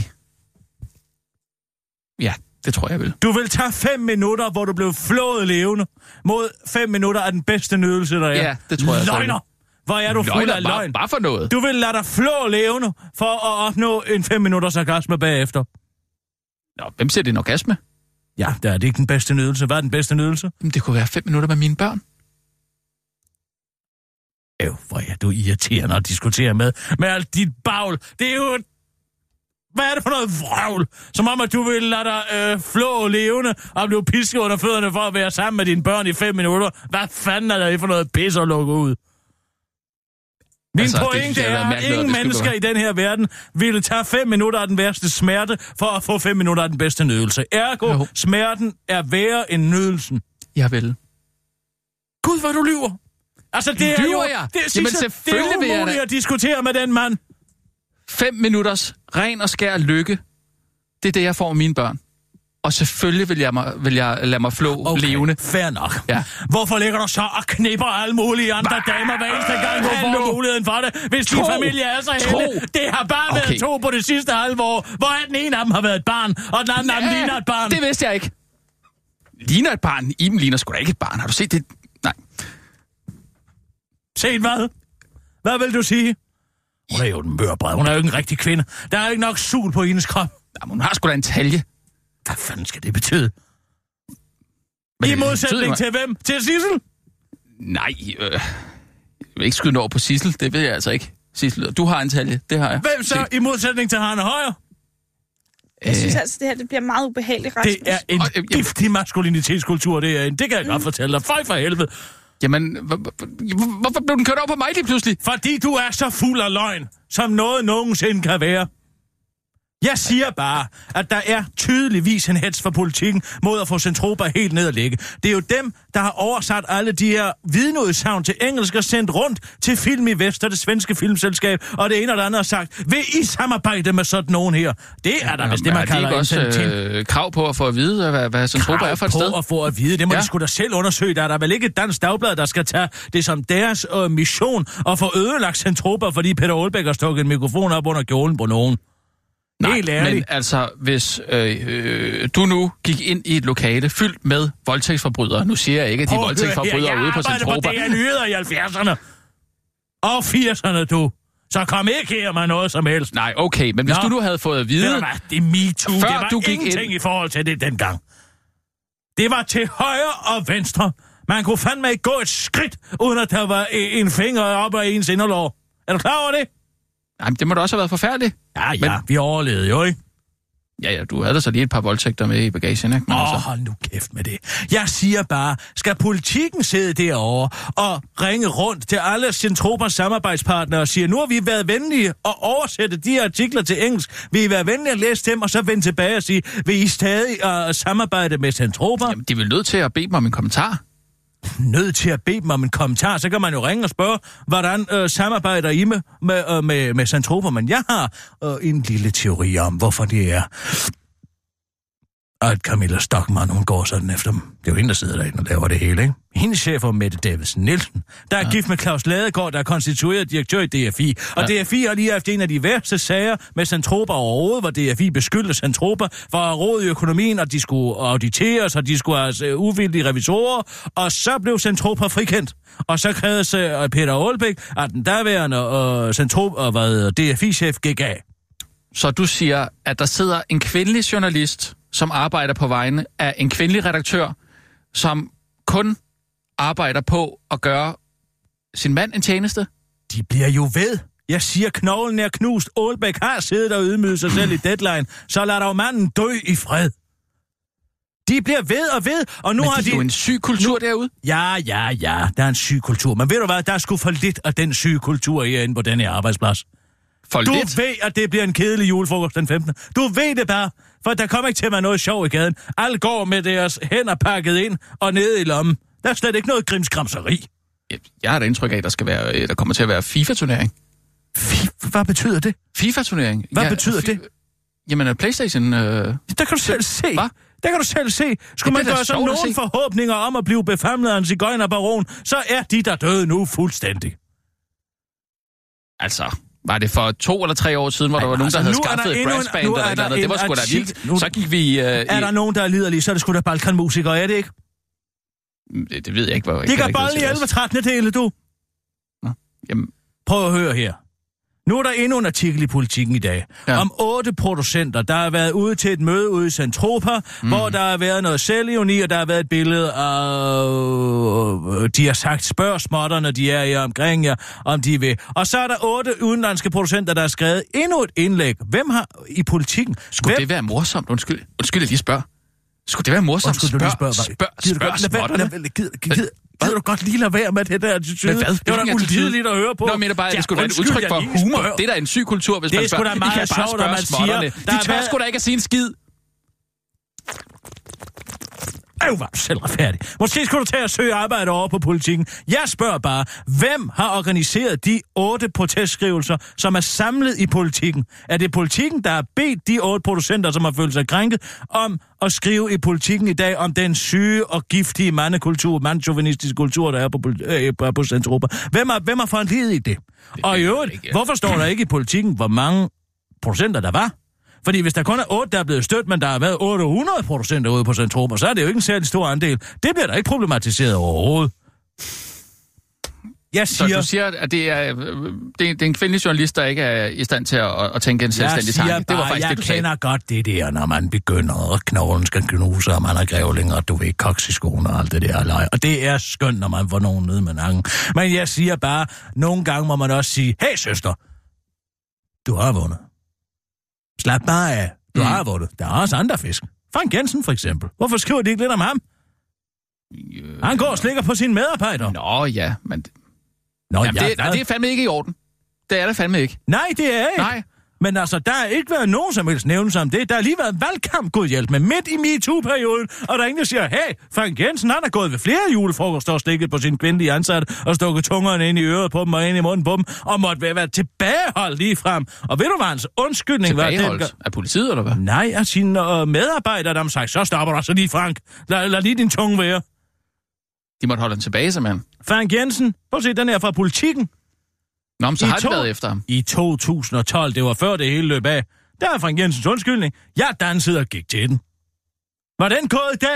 Ja, det tror jeg vil. Du vil tage fem minutter, hvor du blev flået levende, mod fem minutter af den bedste nydelse, der er. Ja, det tror jeg. Løgner! Hvor er du Løgner, fuld af bare, løgn? Bare for noget. Du vil lade dig flå levende, for at opnå en fem minutters orgasme bagefter. Nå, hvem siger det en orgasme? Ja, der er det ikke den bedste nydelse. Hvad er den bedste nydelse? Det kunne være fem minutter med mine børn. Øv, hvor er du irriterende at diskutere med. Med alt dit bagl. Det er jo... Hvad er det for noget vrøvl? Som om, at du vil lade dig øh, flå levende og blive pisket under fødderne for at være sammen med dine børn i fem minutter. Hvad fanden er det for noget pis at lukke ud? Min altså, pointe er, at ingen mennesker i den her verden ville tage fem minutter af den værste smerte for at få fem minutter af den bedste nydelse. Ergo, jo. Smerten er værre end nydelsen. Jeg vil. Gud, hvor du lyver. Altså, det er lyver jo... jeg? Det, Jamen, det er umuligt at diskutere med den mand. Fem minutters ren og skær lykke. Det er det, jeg får med mine børn. Og selvfølgelig vil jeg, mig, vil jeg lade mig flå okay, levende. Fair nok. Ja. Hvorfor ligger du så og knipper alle mulige andre bah, damer hver eneste gang, du får muligheden for det, hvis din familie er så heldig? Det har bare okay. været to på det sidste halve år, hvor den ene af dem har været et barn, og den anden ja, af dem ligner et barn. Det vidste jeg ikke. Ligner et barn? Iben ligner sgu da ikke et barn. Har du set det? Nej. Set hvad? Hvad vil du sige? Hun er jo den mørbred. Hun er jo ikke en rigtig kvinde. Der er jo ikke nok sul på hendes krop. Jamen, hun har sgu da en talje. Hvad fanden skal det betyde? Men I modsætning betyder, til hvem? Til Sissel? Nej, øh, jeg vil ikke skyde over på Sissel. Det ved jeg altså ikke. Sissel, du har en talje. Det har jeg. Hvem så set. I modsætning til Hanne Højer? Jeg øh. synes altså, det her det bliver meget ubehageligt, Rasmus. Det er en øh, giftig maskulinitetskultur, det er en. Det kan jeg mm. godt fortælle dig. Føj for helvede. Jamen, hvorfor blev den kørt over på mig lige pludselig? Fordi du er så fuld af løgn, som noget nogensinde kan være. Jeg siger bare, at der er tydeligvis en hets for politikken mod at få Centropa helt ned at ligge. Det er jo dem, der har oversat alle de her vidneudsagn til engelsk og sendt rundt til Film i Vest og det svenske filmselskab, og det ene og det andet har sagt, vil I samarbejde med sådan nogen her? Det er der, hvis det, man kalder en også øh, krav på at få at vide, hvad, hvad Centropa er for et sted? Krav på at få at vide, det må ja. de sgu da selv undersøge. Der er der vel ikke et dansk dagblad, der skal tage det som deres øh, mission og få ødelagt Centropa, fordi Peter Aalbæk har stukket en mikrofon op under kjolen på nogen. Nej, men altså, hvis øh, øh, du nu gik ind i et lokale fyldt med voldtægtsforbrydere, nu siger jeg ikke, at de oh, voldtægtsforbrydere er ude på Centropa. Jeg arbejdede på D R Nyheder i halvfjerdserne og firserne, du. Så kom ikke her med noget som helst. Nej, okay, men hvis Nå, du nu havde fået at vide... Det, var, det er MeToo, før det var du gik ingenting ind... i forhold til det dengang. Det var til højre og venstre. Man kunne fandme ikke gå et skridt, uden at der var en finger op af ens inderlår. Er du klar over det? Jamen, det må da også have været forfærdeligt. Ja, ja, men... vi overlevede jo, ikke? Ja, ja, du havde da så lige et par voldtægter med i bagagen, ikke? Åh, oh, altså... hold nu kæft med det. Jeg siger bare, skal politikken sidde derovre og ringe rundt til alle Centropers samarbejdspartnere og sige, nu har vi været venlige og oversætte de artikler til engelsk. Vi har været venlige at læse dem og så vende tilbage og sige, vil I stadig uh, samarbejde med Centroper? Jamen, de er vel nødt til at bede mig om en kommentar. Nødt til at bede dem om en kommentar, så kan man jo ringe og spørge, hvordan øh, samarbejder I med, med, øh, med, med Centroper? Men jeg har øh, en lille teori om, hvorfor det er, at Camilla Stockmann, hun går sådan efter dem. Det er jo hende, der sidder derinde og laver det hele, ikke? Hendes chef er Mette Davidsen Nielsen, der er ja. gift med Claus Ladegaard, der er konstitueret direktør i D F I. Og ja. D F I har lige haft en af de værste sager med Centroper overhovedet, hvor D F I beskyldte Centroper for at råde i økonomien, og de skulle auditeres, og de skulle have uvildige revisorer, og så blev Centroper frikendt. Og så krævede Peter Aalbæk, at den daværende uh, Centroper og hvad D F I-chef gik af. Så du siger, at der sidder en kvindelig journalist, som arbejder på vegne af en kvindelig redaktør, som kun arbejder på at gøre sin mand en tjeneste? De bliver jo ved. Jeg siger, knoglen er knust. Aalbæk har siddet og ydmyget sig selv i Deadline, så lad dog manden dø i fred. De bliver ved og ved, og nu men har de... Men det er jo en syg kultur nu... derude. Ja, ja, ja, der er en syg kultur. Men ved du hvad, der er sgu for lidt af den syge kultur herinde på denne her arbejdsplads. For du lidt? ved, at det bliver en kedelig julefrokost den femtende Du ved det bare, for der kommer ikke til at være noget sjov i gaden. Alle går med deres hænder pakket ind og nede i lommen. Der er slet ikke noget grimskramseri. Jeg, jeg har da indtryk af, at der, skal være, der kommer til at være FIFA-turnering. FIFA? Hvad betyder det? FIFA-turnering? Hvad ja, betyder fi- det? Jamen, PlayStation... Øh... Der kan du selv se. Hvad? Der kan du selv se. Skulle man gøre sådan nogle forhåbninger om at blive befamlet af en zigøjnerbaron, så er de, der døde nu, fuldstændig. Altså... Var det for to eller tre år siden, hvor Ej, der var nogen, altså, der havde skaffet et brassband eller et eller andet? Det var sgu da vildt. Nu, så gik vi... Uh, er der i... nogen, der er liderlige, så er det sgu da Balkan-musikere, er det ikke? Det, det ved jeg ikke, hvor... De kan bolle i elleve tretten dele, du. Nå, jamen... Prøv at høre her. Nu er der endnu en artikel i Politikken i dag, ja. om otte producenter, der har været ude til et møde ude i Centropa, mm. hvor der har været noget selvironi, og der har været et billede af... De har sagt, spørg småtterne, de er i omkring jer, om de vil. Og så er der otte udenlandske producenter, der har skrevet endnu et indlæg. Hvem har i Politikken... Skulle Hvem... det være morsomt? Undskyld, undskyld, jeg lige spørger. Skulle det være morsomt? Undskyld, spørg, spørg, spørg, spørg, spørg småtterne. Gider du godt lige lade være med det der attitude? Men hvad? Det var da ulideligt at høre på. Nå, jeg mener bare, at det skulle være et udtryk for humor. Det er da en syg kultur, hvis det man spørger. Det er sgu da meget sjovt, at man siger... De tør sgu da ikke at sige en skid. Øv, var du selv retfærdig. Måske skulle du tage og søge arbejde over på Politikken. Jeg spørger bare, hvem har organiseret de otte protestskrivelser, som er samlet i Politikken? Er det Politikken, der har bedt de otte producenter, som har følt sig krænket, om at skrive i Politikken i dag om den syge og giftige mandekultur, mandschauvinistiske kultur, der er på, øh, på Centropa? Hvem har, hvem har foranlediget i det? det? Og i øvrigt, ikke, ja. Hvorfor står der ikke i Politikken, hvor mange producenter der var? Fordi hvis der kun er otte, der er blevet stødt, men der har været otte hundrede producenter ude på Centropa, så er det jo ikke en særlig stor andel. Det bliver der ikke problematiseret overhovedet. Jeg siger... Så du siger, at det er, det er, det er en kvindelig journalist, der ikke er i stand til at, at tænke en selvstændig tanke. Bare, det var faktisk jeg det, du kender sagde. godt det der, når man begynder, og knoglen skal knuse, og man har grævling, og du ved, koks i skoene og alt det der løg. Og det er skønt, når man får nogen ned med nakken. Men jeg siger bare, nogle gange må man også sige, hey søster, du har vundet. Slap bare af. Du mm. har vundet. Der er også andre fisk. Frank Jensen for eksempel. Hvorfor skriver de ikke lidt om ham? Øh, Han går og slikker på sine medarbejdere. Nå ja, men... Nå, Jamen, ja, det, det er fandme ikke i orden. Det er det fandme ikke. Nej, det er ikke. Nej. Men altså, der har ikke været nogen som helst nævnelse om det. Der har lige været valgkamp, god hjælp med midt i MeToo-perioden, og der er ingen, der siger, hey, Frank Jensen, han har gået ved flere julefrokoster og slikket på sin kvindelige ansatte, og stukket tungerne ind i øret på dem og ind i munden på dem, og måtte være, være tilbageholdt lige frem. Og ved du hvad hans undskyldning var? Tilbageholdt? Af politiet, eller hvad? Nej, af sine uh, medarbejdere, der har sagt, så stopper du altså lige, Frank. Lad, lad lige din tunge være. De måtte holde den tilbage, simpelthen. Frank Jensen, prøv at se, den her fra Politikken. Nå, men så I har to... de været efter ham. I to tusind og tolv, det var før det hele løb af, der er Frank Jensens undskyldning. Jeg dansede og gik til den. Var den gået i dag?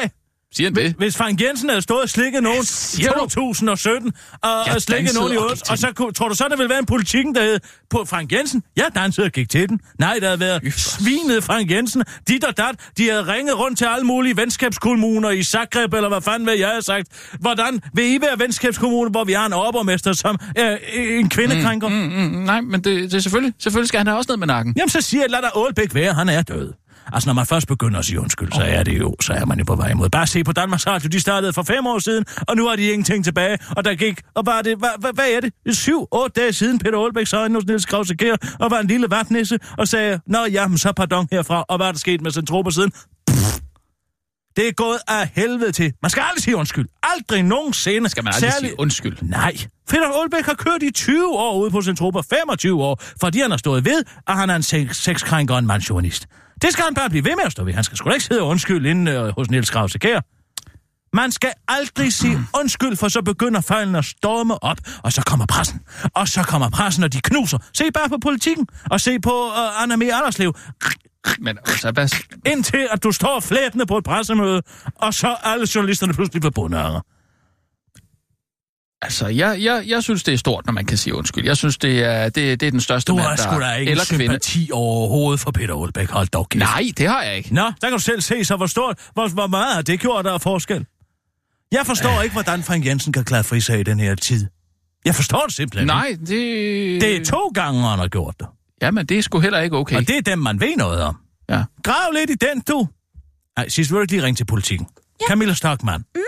Siger han det? Hvis Frank Jensen havde stået og slikket nogen i to tusind og sytten, og Jeg slikket nogen i dansede og otte, gik til og så kunne- tror du så, der ville være en politikken, der hed på Frank Jensen? Jeg dansede og gik til den. Nej, der havde været svinet Frank Jensen. Dit og dat, de havde ringet rundt til alle mulige venskabskommuner i Zagreb, eller hvad fanden vil jeg have sagt. Hvordan vil I være venskabskommune, hvor vi har en overborgmester som øh, en kvindekrænker? Mm, mm, mm, nej, men det, det er selvfølgelig. Selvfølgelig skal han have også ned med nakken. Jamen, så siger jeg, lad da Aalbæk være, han er død. Altså, når man først begynder at sige undskyld, så er det jo, så er man jo på vej imod. Bare se på Danmarks Radio, de startede for fem år siden, og nu har de ingenting tilbage, og der gik, og bare det, hvad, hvad, hvad er det? Syv, otte dage siden, Peter Aalbæk så ind hos Niels Krause Kjær, og var en lille vatnisse, og sagde, nå ja, men så pardon herfra, og hvad er der sket med Centropa siden? Pff, det er gået af helvede til. Man skal aldrig sige undskyld. Aldrig nogensinde. Skal man aldrig Særlig... sige undskyld? Nej. Peter Aalbæk har kørt i tyve år ude på Centropa, femogtyve år, fordi han har stået ved, at han er en sex- sexkrænker og en mandsjournalist. Det skal han bare blive ved med at stå ved. Han skal sgu da ikke sidde og undskylde inde øh, hos Niels Krause Kjær. Man skal aldrig sige undskyld, for så begynder fejlen at storme op, og så kommer pressen. Og så kommer pressen, og de knuser. Se bare på politikken, og se på uh, Anna Mie Allerslev. Men altså, hvad... Indtil at du står flætende på et pressemøde, og så alle journalisterne pludselig bliver bundanger. Altså, jeg, jeg, jeg synes, det er stort, når man kan sige undskyld. Jeg synes, det er, det, det er den største Du mand, har der... sgu da ikke eller sympati kvinde. overhovedet for Peter Aalbæk. Hold dog kæft. Nej, det har jeg ikke. Nå, der kan du selv se så, hvor stort, hvor, hvor meget har det gjort, der er forskel. Jeg forstår øh. ikke, hvordan Frank Jensen kan klare fri sig i den her tid. Jeg forstår det simpelthen Nej, ikke. det... Det er to gange, han har gjort det. Jamen, det er sgu heller ikke okay. Og det er dem, man ved noget om. Ja. Grav lidt i den, du. Nej, sidst vil du ikke lige ringe til politikken. Ja. Camilla Stockmann. Mm.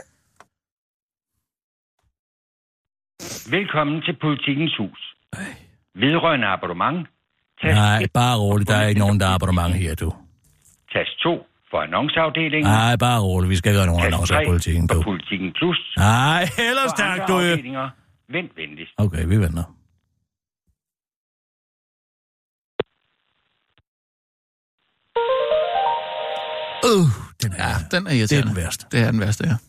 Velkommen til Politikens Hus. Vedrørende abonnement. Tast Nej, bare roligt. Der er ikke nogen, der har abonnement her, du. Tast to for annonceafdelingen. Nej, bare roligt. Vi skal ikke have nogen annoncer af politikken, du. for Politiken Plus. Nej, heller stærkt, du. Vent venligst. Okay, vi venter. Uh, den er, ja, den er irriterende. Det er den værste. Det er den værste, ja.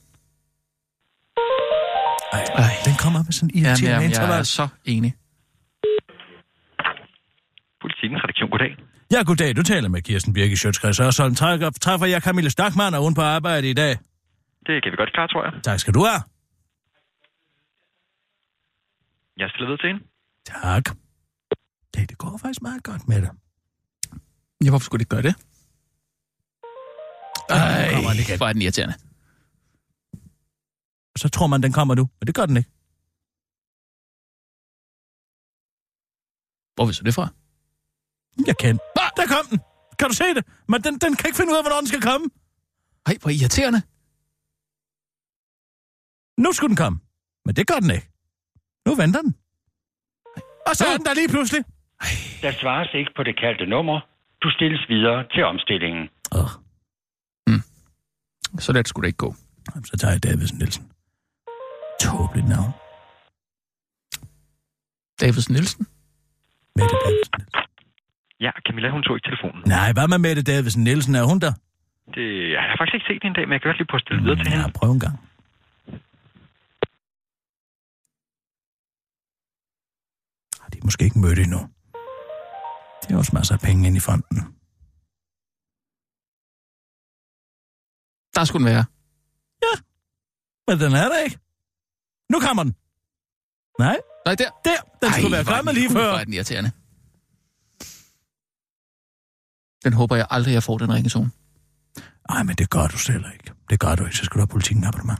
Ej, Ej. Den kommer med sådan en irriterende ja, interval. Jeg er så enig. Politikens redaktion, goddag. Ja, goddag. Du taler med Kirsten Birgit Schøtz-Kreds Hørsholm. Træffer jeg Camilla Stockmann, og hun på arbejde i dag? Det kan vi godt klare, tror jeg. Tak skal du have. Jeg stiller ved til hende. Tak. Det, det går faktisk meget godt med det. Ja, hvorfor skulle det gøre det? Ej, hvor er den irriterende. Så tror man, den kommer nu, men det gør den ikke. Hvor vil så det fra? Jeg kan. Ah, der kom den. Kan du se det? Men den, den kan ikke finde ud af, hvornår den skal komme. Ej, hvor irriterende. Nu skulle den komme. Men det gør den ikke. Nu venter den. Og så er den der lige pludselig. Ej. Der svares ikke på det kaldte nummer. Du stilles videre til omstillingen. Åh. Mm. Så let skulle det ikke gå. Så tager jeg Davidsen Nielsen. Tåbeligt navn. Davidsen Nielsen? Mette Davidsen Nielsen. Ja, Camilla, hun tog ikke telefonen. Nej, hvad med Mette Davidsen Nielsen? Er hun der? Det, jeg har faktisk ikke set hende en dag, men jeg kan godt lige på at stille videre til ja, hende. Ja, prøv en gang. De er måske ikke mødt endnu. Det er også masser af penge inde i fonden. Der skulle den være. Ja, men den er der ikke. Nu kommer den. Nej. Nej, der. Der. Den Ej, skulle være kommet lige før. Hvor er den irriterende. Den håber jeg aldrig, jeg får, den ringetone. Nej, men det gør du selv ikke. Det gør du ikke, så skal du have Politikken abonnement.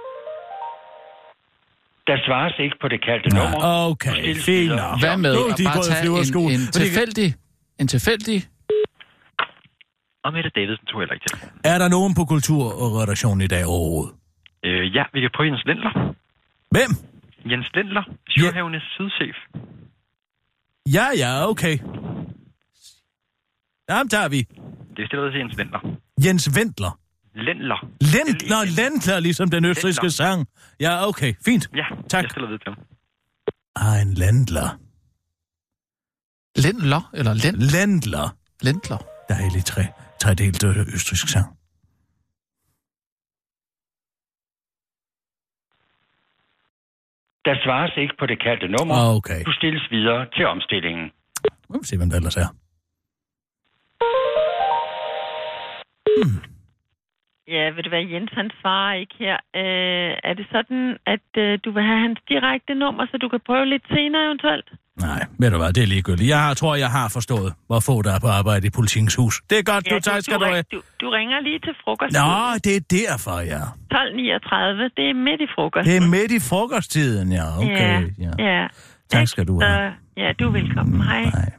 Der svares ikke på det kaldte ja, nummer. Okay, fint nok. Hvad med at bare tage en, en tilfældig... En tilfældig... Og Mette Davidsen tog heller ikke telefonen. Er der nogen på kulturredaktionen i dag overhovedet? Øh, ja, vi kan prøve Jens Lendler. Hvem? Jens Lendler, Sydhavenes ja. Sydchef. Ja, ja, okay. Jamen, der er vi. Det er stillet til Jens Lendler. Jens Wendler. Lendler. Lendler, Lendler, ligesom den østrigske Lendler. Sang. Ja, okay, fint. Ja, tak. Jeg stiller ved til ham. Ah, en Lendler. Lendler, eller Lend? Lendler. Lendler. Dejlig tre, tredelt østrigsk sang. Der svares ikke på det kaldte nummer. Okay. Du stilles videre til omstillingen. Vi må se, hvem der ellers er. Hmm. Ja, ved du hvad, Jens han svarer ikke her. Øh, er det sådan, at øh, du vil have hans direkte nummer, så du kan prøve lidt senere eventuelt? Nej, ved du hvad, det er ligegyldigt. Jeg har, tror, jeg har forstået, hvor få der er på arbejde i Politikens Hus. Det er godt, ja, du tager, skal du have. Du, du ringer lige til frokost. Nå, det er derfor, ja. tolv niogtredive, det er midt i frokost. Det er midt i frokosttiden, ja. Okay, ja. ja. ja. Tak skal du have. Uh, ja, du er velkommen. Hej. Hej.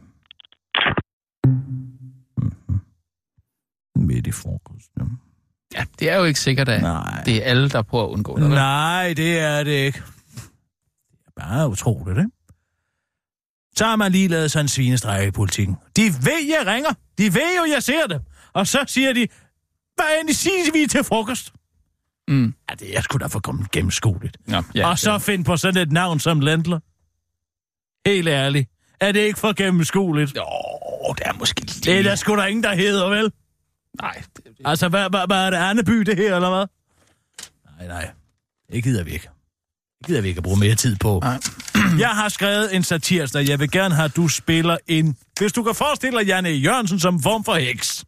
Mm-hmm. Midt i frokost, ja. Ja, det er jo ikke sikkert, at Nej. det er alle, der prøver at undgå det. Nej, det er det ikke. Det er bare utroligt, ikke? Så har man lige lavet sådan en svinestræk i politikken. De ved, jeg ringer. De ved jo, jeg ser det. Og så siger de, hvad end I siger, vi er til frokost? Mm. Ja, det er sgu da for kommet gennemskueligt. Ja, ja, og så ja. find på sådan et navn som Lendler. Helt ærligt. Er det ikke for gennemskueligt? Jo, det er måske lige... Det er der sgu da ingen, der hedder, vel? Nej. Det, det... Altså, hvad, hvad, hvad er det Arneby, det her, eller hvad? Nej, nej. Det gider vi ikke. Det gider vi ikke at bruge mere tid på. Nej. Jeg har skrevet en satirsdag. Jeg vil gerne have, at du spiller en... Hvis du kan forestille dig Janne Jørgensen som form for heks.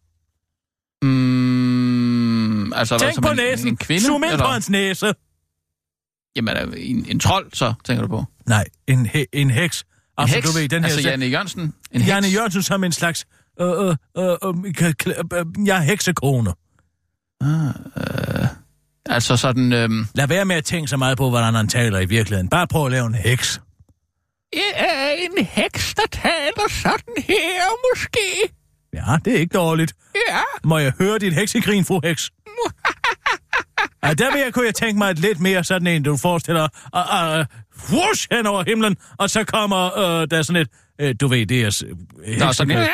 Mm, altså, Tænk hvad, på en, næsen. En kvinde, Zoom ind eller? på hans næse. Jamen, er en, en trold, så tænker du på? Nej, en, he, en heks. En altså, heks? Du ved, den her altså, Janne Jørgensen? En Janne heks? Jørgensen som en slags... Øh, øh, øh, øh, jeg er heksekone. Ah, øh, altså sådan... Øh... Lad være med at tænke så meget på, hvordan han taler i virkeligheden. Bare prøv at lave en heks. Jeg er en heks, der taler sådan her, måske. Ja, det er ikke dårligt. Ja. Må jeg høre dit heksekrin, fru heks? Ja, der vil jeg, kunne jeg tænke mig et lidt mere sådan en, du forestiller, uh, uh, whoosh, hen over himlen, og så kommer uh, der sådan et, uh, du ved, det er uh, Nå, sådan en...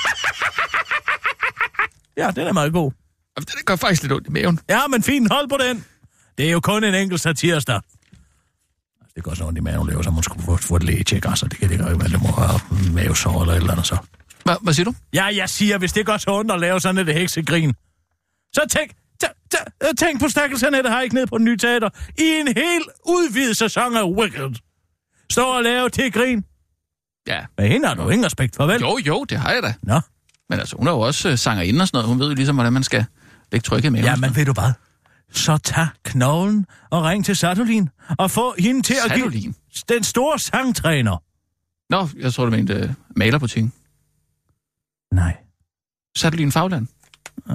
Ja, den er meget god. Det gør faktisk lidt ondt i maven. Ja, men fint, hold på den. Det er jo kun en enkelt satirsdag. Det går sådan ondt i maven, laver, så man skulle få, få et lægetjek, altså det kan det jo ikke være, det må have mavesår eller et eller andet så. Hva, hvad siger du? Ja, jeg siger, hvis det går så ondt at lave sådan et heksekrin, så tænk, t- t- tænk på stakkels Annette Haik ned på den nye teater i en helt udvidet sæson af Wicked. Står og laver til grin. Ja. Men hende har du ingen respekt for, vel? Jo, jo, det har jeg da. Nå. Men altså, hun er jo også uh, sangerinde og sådan noget. Hun ved jo ligesom, hvordan man skal lægge trykket med. Ja, men ved du hvad? Så tag knoglen og ring til Sadolin og få hende til Sadolin? at give den store sangtræner. Nå, jeg tror, du mente uh, malerbutikken. Nej. Sadolin Fagland? Uh.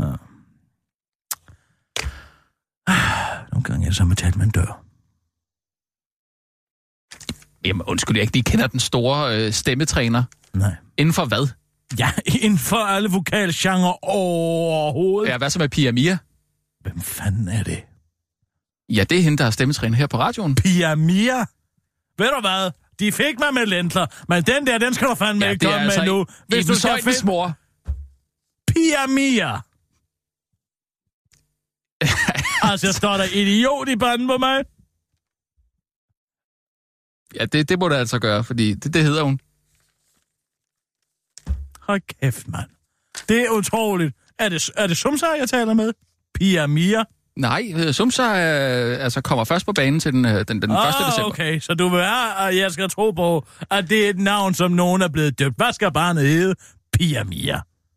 Nogle gange er det som at tale med en dør. Jamen, undskyld, jeg ikke lige kender den store øh, stemmetræner. Nej. Inden for hvad? Ja, inden for alle vokalgenre overhovedet. Ja, hvad så med Pia Mia? Hvem fanden er det? Ja, det er hende, der er stemmetræner her på radioen. Pia Mia? Ved du hvad? De fik mig med Lendler, men den der, den skal du fandme ja, ikke komme altså med nu. Hvis du skal finde... mor. Pia Mia. Altså, står der idiot i banden på mig? Ja, det, det må du altså gøre, fordi det, det hedder hun. Hold kæft, mand. Det er utroligt. Er det, er det Sumsar, jeg taler med? Pia Mia? Nej, Sumsar øh, altså kommer først på banen til den, den, den oh, første december. Okay, så du vil have, at jeg skal tro på, at det er et navn, som nogen er blevet døbt. Hvad skal barnet hedde? Pia Mia.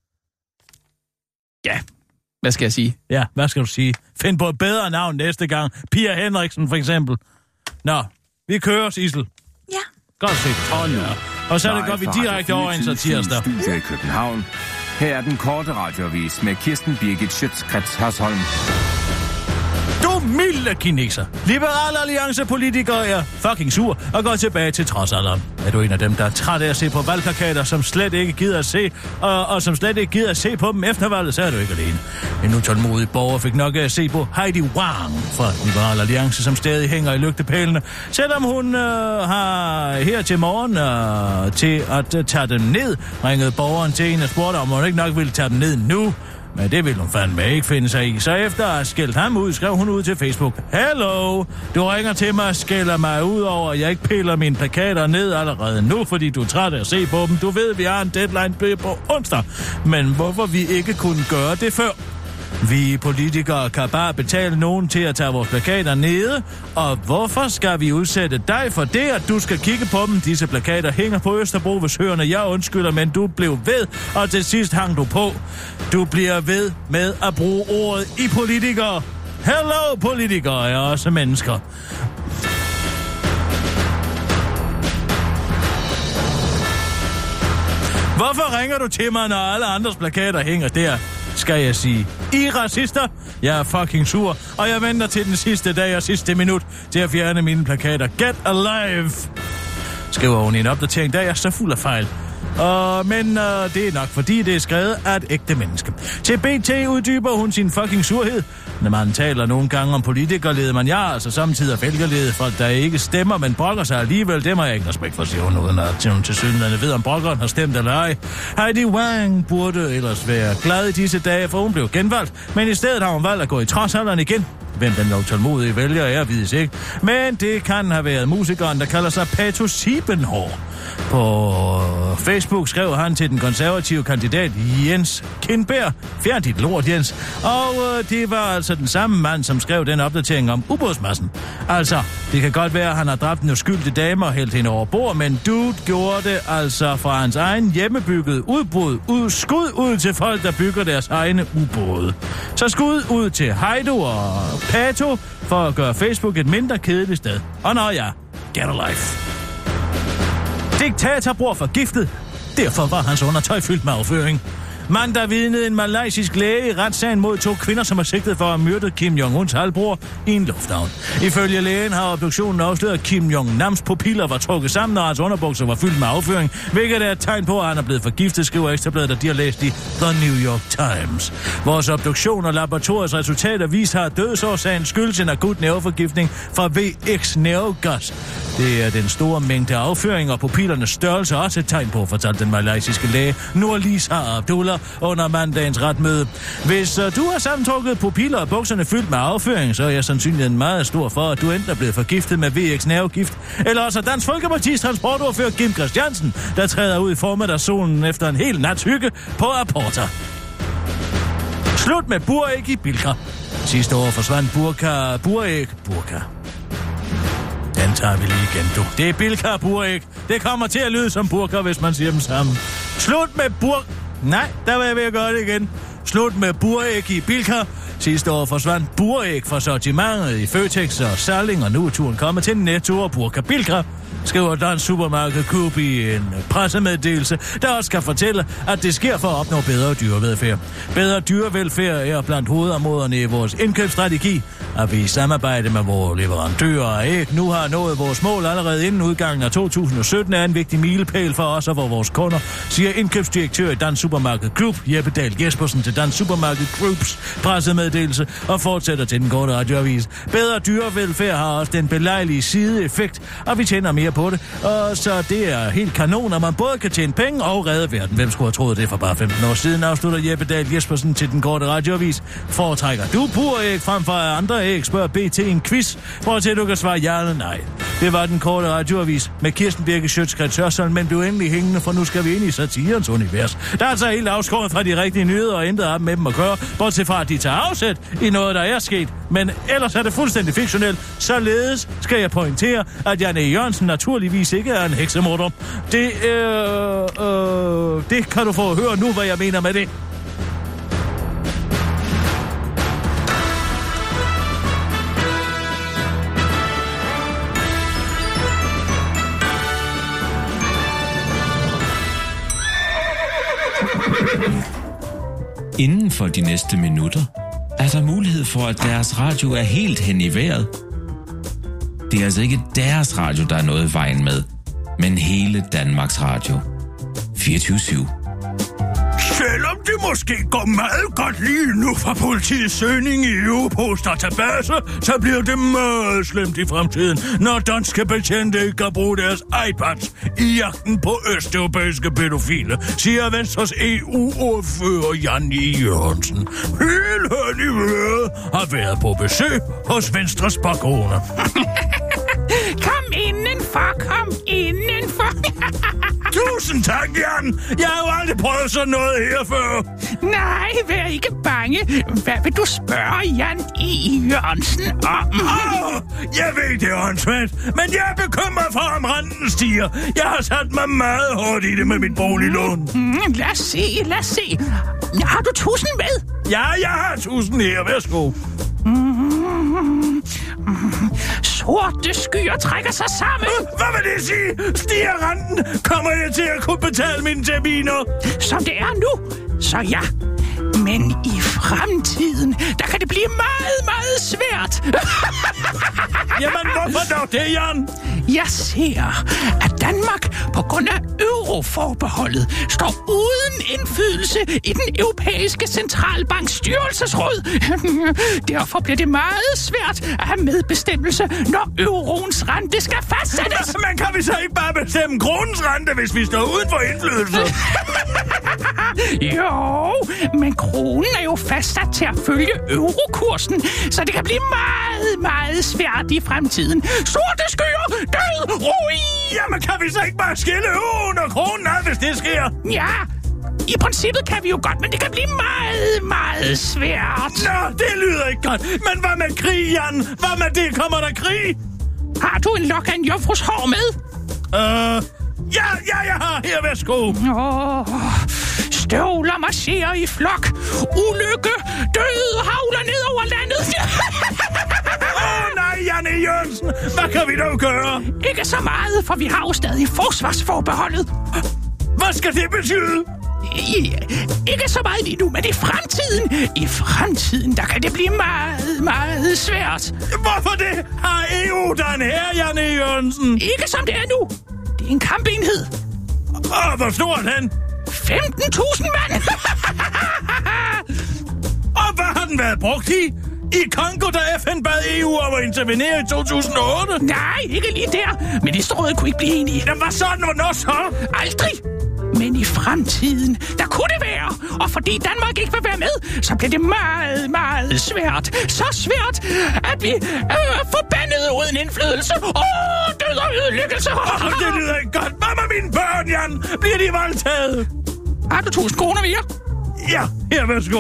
Ja, hvad skal jeg sige? Ja, hvad skal du sige? Find på et bedre navn næste gang. Pia Henriksen, for eksempel. Nå, vi kører, Sissel. Ja. Godt set. Og nu. Og så er det godt, vi direkte over en satirsdag. Studio i København. Her er den korte radioavis med Kirsten Birgit Schøtz-Krets Hørsholm. Du milde kineser. Liberal alliancepolitikere er fucking sur og går tilbage til trodsalderen. Er du en af dem, der er træt af at se på valgplakater, som slet ikke gider at se, og, og som slet ikke gider at se på dem efter valget, så er du ikke alene. En utålmodig borger fik nok af at se på Heidi Wang fra Liberal Alliance, som stadig hænger i lygtepælene, selvom hun øh, har her til morgen øh, til at øh, tage dem ned, ringede borgeren til en og spurgte, om hun ikke nok ville tage dem ned nu. Men det ville hun fandme ikke finde sig i. Så efter at have skældt ham ud, skrev hun ud til Facebook: Hello, du ringer til mig og skælder mig ud over, at jeg ikke piller mine plakater ned allerede nu, fordi du er træt af at se på dem. Du ved, vi har en deadline på onsdag. Men hvorfor vi ikke kunne gøre det før? Vi politikere kan bare betale nogen til at tage vores plakater nede, og hvorfor skal vi udsætte dig for det, at du skal kigge på dem? Disse plakater hænger på Østerbro ved Søerne. Jeg undskylder, men du blev ved, og til sidst hang du på. Du bliver ved med at bruge ordet i politikere. Hello, politikere er også mennesker. Hvorfor ringer du til mig, når alle andres plakater hænger der? Skal jeg sige, I racister? Jeg er fucking sur, og jeg venter til den sidste dag og sidste minut til at fjerne mine plakater. Get alive! Skriver hun i en opdatering, der er så fuld af fejl. Uh, men uh, det er nok, fordi det er skrevet af et ægte menneske. Til B T uddyber hun sin fucking surhed. Når man taler nogle gange om politikerlede, man ja, altså samtidig vælgerlede, folk der ikke stemmer, men brokker sig alligevel, det må jeg ikke respekt for, siger hun, uden at hun til synderne ved, om brokkeren har stemt eller ej. Heidi Wang burde ellers være glad i disse dage, for hun blev genvalgt, men i stedet har hun valgt at gå i trodsalderen igen. Hvem den dog tålmodige vælger er, vides ikke. Men det kan have været musikeren, der kalder sig Pato Siebenhår. På Facebook skrev han til den konservative kandidat Jens Kindberg. Fjern dit lort, Jens. Og øh, det var altså den samme mand, som skrev den opdatering om ubådsmassen. Altså, det kan godt være, at han har dræbt en uskyldig dame og hældt hende over bord, men dude gjorde det altså fra hans egen hjemmebyggede udbrud. Ud, skud ud til folk, der bygger deres egne ubåde. Så skud ud til Heido og Pato for at gøre Facebook et mindre kedeligt sted. Og nå ja, get a life. Diktator bror forgiftet. Derfor var hans undertøj fyldt med afføring. Mandag vidnede en malaysisk læge i retssagen mod to kvinder, som er sigtet for at have myrdet Kim Jong-uns halvbror i en lufthavn. Ifølge lægen har obduktionen afsløret, at Kim Jong-nams pupiller var trukket sammen, og hans underbukser var fyldt med afføring, hvilket er et tegn på, at han er blevet forgiftet, skriver Ekstrabladet, og de har læst i The New York Times. Vores obduktion og laboratoriets resultater viser, at dødsårsagen skyldes en akut nerveforgiftning fra V X nervegas. Det er den store mængde afføring, og pupillernes størrelse også et tegn på, fortalte den malaysiske læge Nurlisa Abdullah under mandagens retmøde. Hvis uh, du har sammentrukket pupiller og bukserne fyldt med afføring, så er jeg sandsynligheden meget stor for, at du enten er blevet forgiftet med V X nervegift, eller også Dansk Folkepartis transportordfører Kim Christiansen, der træder ud i formiddagssolen efter en hel nats hygge på Aporta. Slut med buræg i Bilka. Sidste år forsvandt burka, buræg, burka. Den tager vi lige igen, du. Det er Bilka og buræg. Det kommer til at lyde som burka, hvis man siger dem sammen. Slut med bur... Nej, der var jeg ved at gøre det igen. Slut med buræg i Bilka. Sidste år forsvandt buræg fra sortimentet i Føtex og Salling, og nu er turen kommet til Netto og Burka Bilka, skriver Dansk Supermarked Coop i en pressemeddelelse, der også skal fortælle, at det sker for at opnå bedre dyrevelfærd. Bedre dyrevelfærd er blandt hovedområderne i vores indkøbsstrategi, at vi i samarbejde med vores leverandører af æg nu har nået vores mål allerede inden udgangen af to tusind og sytten, er en vigtig milepæl for os og for vores kunder, siger indkøbsdirektør i Dansk Supermarked Group, Jeppe Dahl Jespersen, til Dansk Supermarked Groups pressemeddelelse, og fortsætter til den korte radioavis. Bedre dyrevelfærd har også den belejlige sideeffekt, og vi tjener mere på det, og så det er helt kanon, at man både kan tjene penge og redde verden. Hvem skulle have troet det for bare femten år siden, afslutter Jeppe Dahl Jespersen til den korte radioavis. Foretrækker du buræg frem for andre æg, spørger B T en quiz, hvor til du kan svare ja eller nej. Det var den korte radioavis med Kirsten Birke Schøtz-Krets Hørsholm, men blev endelig hængende, for nu skal vi ind i satirens univers. Der er altså helt afskåret fra de rigtige nyheder og intet op med dem at gøre, bortset fra at de tager afsæt i noget, der er sket. Men ellers er det fuldstændig fiktionelt. Således skal jeg pointere, at Janne Jørgensen naturligvis ikke er en heksemorder. Det, øh, øh, det kan du få at høre nu, hvad jeg mener med det. Inden for de næste minutter er der mulighed for, at deres radio er helt hen i vejret. Det er altså ikke deres radio, der er noget i vejen med, men hele Danmarks Radio. fireogtyve syv. Selvom det måske går meget godt lige nu fra politiets søgning i Europols database, så bliver det meget slemt i fremtiden, når danske betjente ikke kan bruge deres iPads i jagten på østeuropæiske pædofile, siger Venstres E U-ordfører Jan E. Jørgensen. Hele niveauet har været på besøg hos Venstres bakone. Kom indenfor, kom indenfor. Tusind tak, Jan. Jeg har jo aldrig prøvet sådan noget her før. Nej, vær ikke bange. Hvad vil du spørge Jan E. Jørgensen om? Oh, jeg ved det, åndssvagt, men jeg er bekymret for, om renten stiger. Jeg har sat mig meget hårdt i det med mit boliglån. Mm, lad os se, lad os se. Har du tusind med? Ja, jeg har tusind her. Værsgo. Mm, mm, sorte skyer trækker sig sammen. Hvad vil det sige? Stiger renten? Kommer jeg til at kunne betale mine terminer? Som det er nu, så ja. Men i fremtiden, der kan det blive meget, meget svært. Jamen, hvorfor dog det, Jan? Jeg ser, at Danmark på grund af euroforbeholdet står uden indflydelse i den europæiske centralbanks styrelsesråd. Derfor bliver det meget svært at have medbestemmelse, når euroens rente skal fastsættes. Men kan vi så ikke bare bestemme kronens rente, hvis vi står uden for indflydelse? Jo, men kronen er jo fastsat til at følge eurokursen, så det kan blive meget, meget svært i fremtiden. Sorte skyer, død, ruin! Jamen, kan vi så ikke bare skille euroen og kronen ad, hvis det sker? Ja, i princippet kan vi jo godt, men det kan blive meget, meget svært. Nå, det lyder ikke godt. Men hvad med krig, Jan? Hvad med det? Kommer der krig? Har du en lok af en jomfrus hår med? Øh... Uh, ja, ja, jeg har. Her, værsgo. Åh... Oh. Støvler marcherer i flok. Ulykke. Død havler ned over landet. Åh oh, nej, Jan E. Jørgensen. Hvad kan vi dog gøre? Ikke så meget, for vi har jo stadig forsvarsforbeholdet. Hvad skal det betyde? I, ikke så meget lige nu, men i fremtiden. I fremtiden, der kan det blive meget, meget svært. Hvorfor det? Har E U den her, Jan E. Jørgensen? Ikke som det er nu. Det er en kampenhed. Åh, oh, hvor stor er den? femten tusind mand! Og hvad har den været brugt i? I Kongo, da F N bad E U om at intervenere i to tusind og otte? Nej, ikke lige der. Ministerrådet kunne ikke blive enige. Jamen, hvad sådan? Hvornår så? Aldrig! Men i fremtiden, der kunne det være. Og fordi Danmark ikke vil være med, så bliver det meget, meget svært. Så svært, at vi er forbandet uden indflydelse. Åh, død og ødelæggelse. Oh, det lyder ikke godt. Hvad med mine børn, Jan? Bliver de voldtaget? Har du tusind kroner mere? Ja, her, værsgo.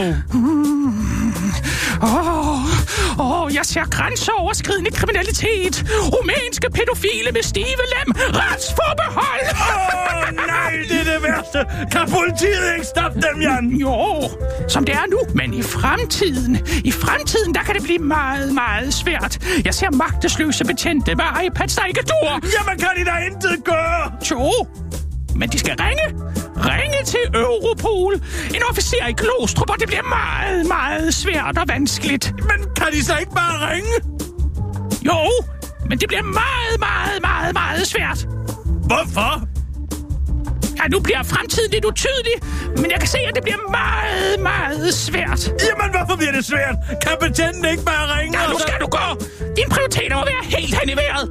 Åh, oh, oh, jeg ser grænseoverskridende kriminalitet. Rumænske pædofile med stive lem. Retsforbehold. Åh, oh, nej, det er det værste. Kan politiet ikke stoppe dem, Jan? Jo, som det er nu. Men i fremtiden, i fremtiden, der kan det blive meget, meget svært. Jeg ser magtesløse betjente med iPads, der ikke dur. Jamen, kan de da intet gøre? Jo, men de skal ringe. Ringe til Europol. En officer i Glostrup, og det bliver meget, meget svært og vanskeligt. Men kan de så ikke bare ringe? Jo, men det bliver meget, meget, meget, meget svært. Hvorfor? Ja, nu bliver fremtiden lidt utydelig, men jeg kan se, at det bliver meget, meget svært. Jamen, hvorfor bliver det svært? Kan betjenten ikke bare ringe? Ja, nu skal du gå. Dine prioriteter må være helt hen i vejret.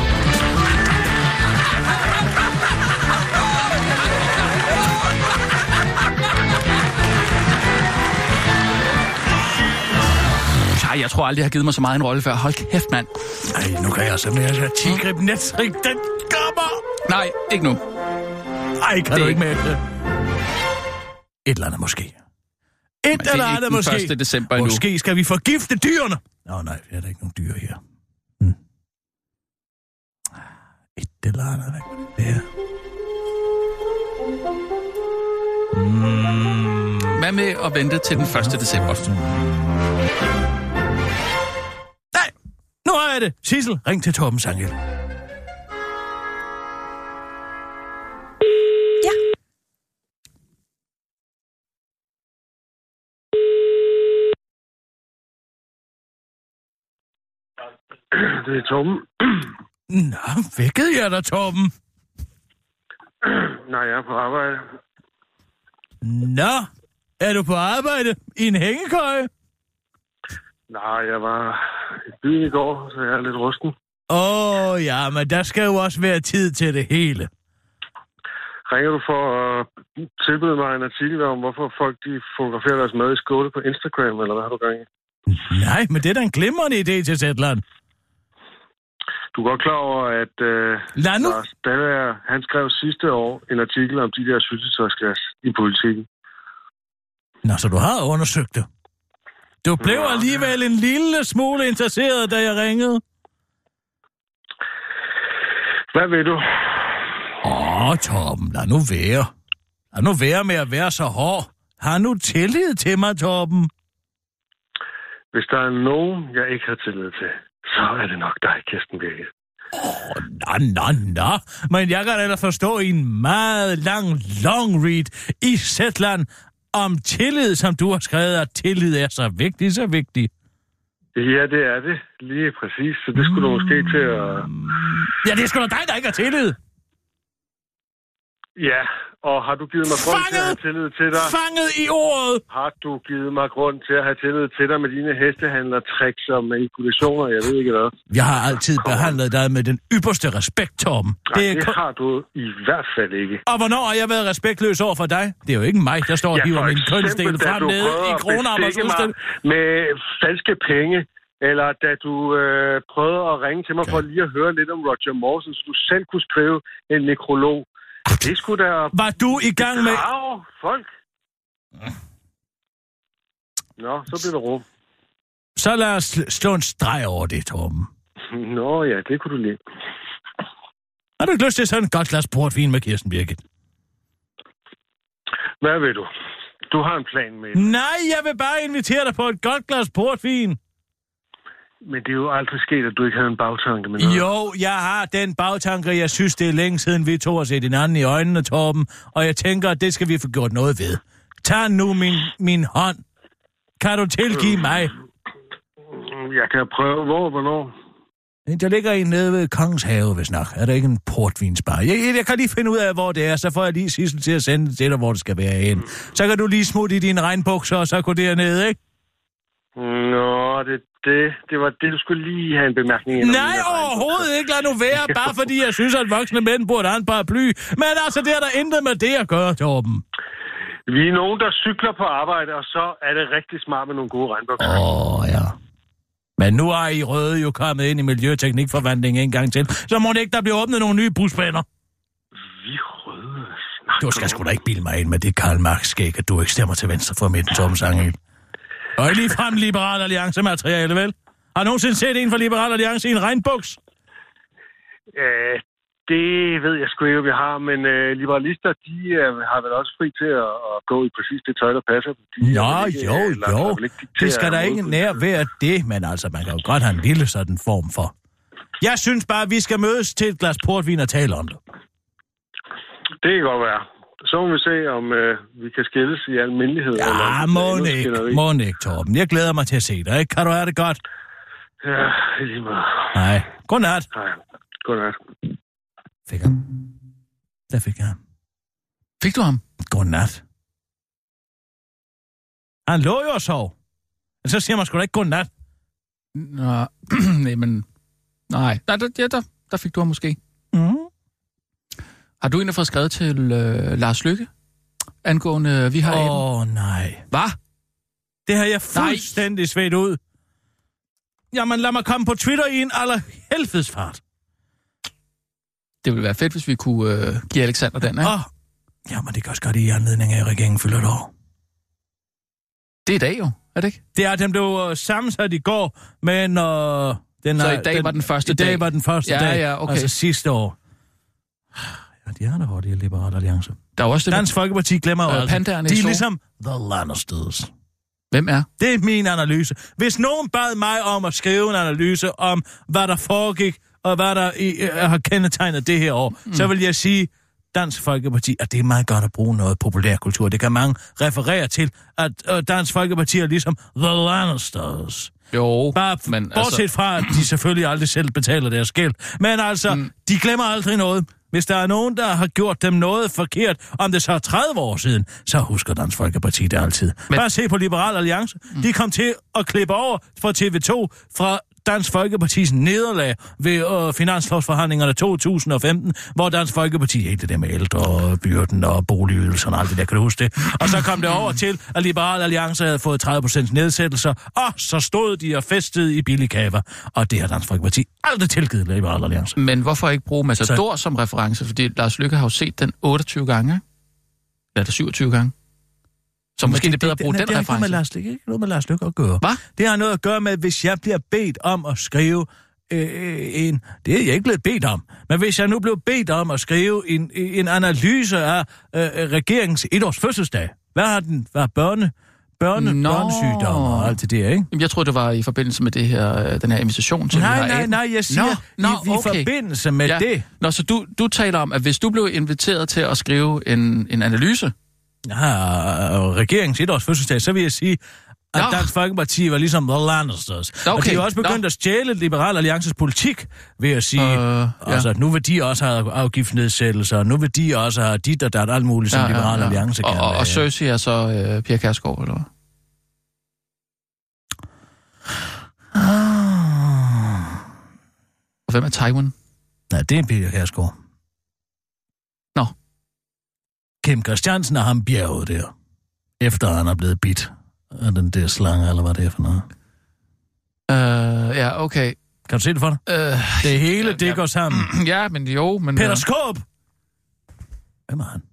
Jeg tror aldrig, jeg har givet mig så meget en rolle før. Hold kæft, mand. Ej, nu kan jeg simpelthen have tigrib netrik. Den kommer. Nej, ikke nu. Ej, kan det du ikke med det? Et eller andet måske. Et Men eller andet måske. første december endnu. Måske skal vi forgifte dyrene. Nå nej, der er der ikke nogen dyr her. Hm. Et eller andet, hvad var det der? Mm. Hvad med at vente til den første december? Nej, nu har jeg det. Sissel, ring til Torben Sangel. Ja. Det er Torben. Nå, vækkede jeg dig, Torben? Nej, jeg er på arbejde. Nå, er du på arbejde i en hængekøje? Nej, jeg var i byen i går, så jeg er lidt rusten. Åh, oh, ja, men der skal jo også være tid til det hele. Ringer du for at tilbyde mig en artikel om, hvorfor folk de fotograferer deres mad i skåle på Instagram, eller hvad har du gang i? Nej, men det er da en glimrende idé til Zetland. Du er godt klar over, at øh, nu... Lars Dallager, han skrev sidste år en artikel om de der syltetøjsglas i Politikken. Nå, så du har undersøgt det. Du blev Nå, alligevel en lille smule interesseret, da jeg ringede. Hvad vil du? Åh, Torben, lad nu være. Lad nu være med at være så hård. Har nu tillid til mig, Torben? Hvis der er nogen, jeg ikke har tillid til, så er det nok dig, Kirsten Birgit. Åh, oh, nå, nå, nå. Men jeg kan da forstå i en meget lang long read i Zetland om tillid, som du har skrevet, at tillid er så vigtig, så vigtig. Ja, det er det. Lige præcis. Så det skulle du måske til at... Ja, det er sgu da dig, der ikke har tillid. Ja, og har du givet mig grund fanget, til at have tillid til dig? Fanget i ordet! Har du givet mig grund til at have tillid til dig med dine hestehandler-tricks og manipulationer? Jeg ved ikke hvad. Jeg har altid Kom. behandlet dig med den ypperste respekt, Torben. Nej, det, det har du i hvert fald ikke. Og hvornår har jeg været respektløs over for dig? Det er jo ikke mig, der står og ja, hiver min kønsdel frem nede i Kronhammers udstilling. Med falske penge. Eller da du øh, prøvede at ringe til mig okay. for lige at høre lidt om Roger Moore, så du selv kunne skrive en nekrolog. Det skulle der... Var du i gang med... Wow, folk. Nå, så bliver det ro. Så lad os slå en streg over det, Torben. Nå ja, det kunne du lide. Har du ikke lyst til sådan en godt glas portvin med Kirsten Birgit? Hvad vil du? Du har en plan med det. Nej, jeg vil bare invitere dig på et godt glas portvin. Men det er jo aldrig sket, at du ikke havde en bagtanke med noget. Jo, jeg har den bagtanke. Jeg synes, det er længe siden, vi to har set hinanden i øjnene, Torben. Og jeg tænker, at det skal vi få gjort noget ved. Tag nu min, min hånd. Kan du tilgive mig? Jeg kan prøve. Hvor hvornår? Der ligger en nede ved Kongens Have, hvis nok. Er der ikke en portvinsbar? Jeg, jeg kan lige finde ud af, hvor det er. Så får jeg lige Sissel til at sende det til dig, hvor det skal være hen. Så kan du lige smutte i dine regnbukser, og så gå dernede, ikke? Nå, det, det, det var det, du skulle lige have en bemærkning i. Nej, overhovedet ikke. Lad nu være, bare fordi jeg synes, at voksne mænd burde have en paraply. Men altså, det er der intet med det at gøre, Torben. Vi er nogen, der cykler på arbejde, og så er det rigtig smart med nogle gode regnbukser. Åh, oh, ja. Men nu er I røde jo kommet ind i miljøteknikforvandling en gang til. Så må det ikke, der bliver åbnet nogle nye busbaner. Vi røde? Du skal sgu da ikke bilde mig ind med det Karl Marx-skæg, at du ikke stemmer til venstre for midten, Torben Sangel. Og ikke ligefrem Liberal Alliance-materiale, vel? Har du nogensinde set en fra Liberal Alliance i en regnbuks? Øh, det ved jeg sgu ikke, vi har, men øh, liberalister, de øh, har vel også fri til at, at gå i præcis det tøj, der passer. De Nå, ikke, jo, øh, jo. Det skal der ikke nær være det, men altså, man kan jo godt have en lille sådan form for. Jeg synes bare, vi skal mødes til et glas portvin og tale om det. Det kan godt være. Så må vi se, om øh, vi kan skilles i almindelighed. Ja, må ikke, må ikke, Torben. Jeg glæder mig til at se dig, ikke? Kan du have det godt? Ja, i lige måde. Nej, godnat. Nej, godnat. Fik ham. Der fik jeg ham. Fik du ham? Godnat. Han lå jo og sov. Og så siger man sgu da ikke godnat. Nå, nej, men... Nej, der, der, der, der fik du ham måske. Mhm. Har du egentlig fået skrevet til øh, Lars Løkke? Angående, vi har... Åh, oh, nej. Hvad? Det har jeg fuldstændig svedt ud. Jamen, lad mig komme på Twitter i en aller helvedes fart. Det ville være fedt, hvis vi kunne øh, give Alexander den, ikke? Åh, oh. Jamen, det kan også godt i anledning af, at regeringen fylder et år. Det er i dag jo, er det ikke? Det er, dem blev sammensat i går, men... Øh, den Så er, i dag den, var den første i dag? I dag var den første ja, dag, ja, okay. altså sidste år. Ja, de er der hårdt i Liberal Alliance. Der er også det Dansk Folkeparti glemmer øh, jo altså. De er så... ligesom The Lannisters. Hvem er? Det er min analyse. Hvis nogen bad mig om at skrive en analyse om, hvad der foregik, og hvad der i, uh, har kendetegnet det her år, mm. så vil jeg sige, Dansk Folkeparti, at det er meget godt at bruge noget populærkultur. Det kan mange referere til, at uh, Dansk Folkeparti er ligesom The Lannisters. Jo, Bare men bortset altså... fra, at de selvfølgelig aldrig selv betaler deres gæld. Men altså, mm. de glemmer aldrig noget. Hvis der er nogen, der har gjort dem noget forkert, om det så er tredive år siden, så husker Dansk Folkeparti det altid. Men... Bare se på Liberal Alliance. Mm. De kom til at klippe over fra T V to fra Dansk Folkepartis nederlag ved øh, finanslovsforhandlingerne to tusind og femten, hvor Dansk Folkeparti, helt det der med ældre og byrden og boligydelserne og alt det der, kan du huske det? Og så kom det over til, at Liberal Alliance havde fået tredive procent nedsættelser, og så stod de og festede i billigkaver, og det har Dansk Folkeparti aldrig tilgivet Liberal Alliance. Men hvorfor ikke bruge Matador så... som reference? Fordi Lars Løkke har jo set den otteogtyve gange, eller syvogtyve gange. Så måske det er bedre at bruge den reference. Det har reference. ikke noget med Lars Løkke at gøre. Hvad? Det har noget at gøre med, hvis jeg bliver bedt om at skrive øh, en... Det er jeg ikke blevet bedt om. Men hvis jeg nu blev bedt om at skrive en, en analyse af øh, regeringens etårs fødselsdag. Hvad har den? Hvad har børne... Børne, Nå. børnesygdomme og alt det der, ikke? Jeg troede, det var i forbindelse med det her, den her invitation til Nej, den her nej, aben. nej, jeg siger Nå, i, nå, i okay. forbindelse med ja. det. Nå, så du, du taler om, at hvis du blev inviteret til at skrive en, en analyse... Ja, og regeringens etårs fødselsdag, så vil jeg sige, at Nå. Dansk Folkeparti var ligesom The Lannisters. Okay. Og de har også begyndt Nå. at stjæle Liberal Alliances politik, ved at sige, Øh, ja. altså, at nu vil de også have afgiftsnedsættelser, og nu vil de også have dit og dat alt muligt, som Ja, ja, Liberal ja. Alliance Og, kan og, være. og Cersei er så øh, Pia Kjærsgaard, eller hvad? Og hvem er Taiwan? Nej, det er Pia Kjærsgaard. Nå. Kim Christiansen er ham bjerget der, efter han er blevet bidt af den der slange, eller hvad det er for noget. Øh, ja, okay. Kan du se det for dig? Øh, det hele, det ja, går sammen. Ja, men jo, men... Peter øh, Skåb! Hvem er han?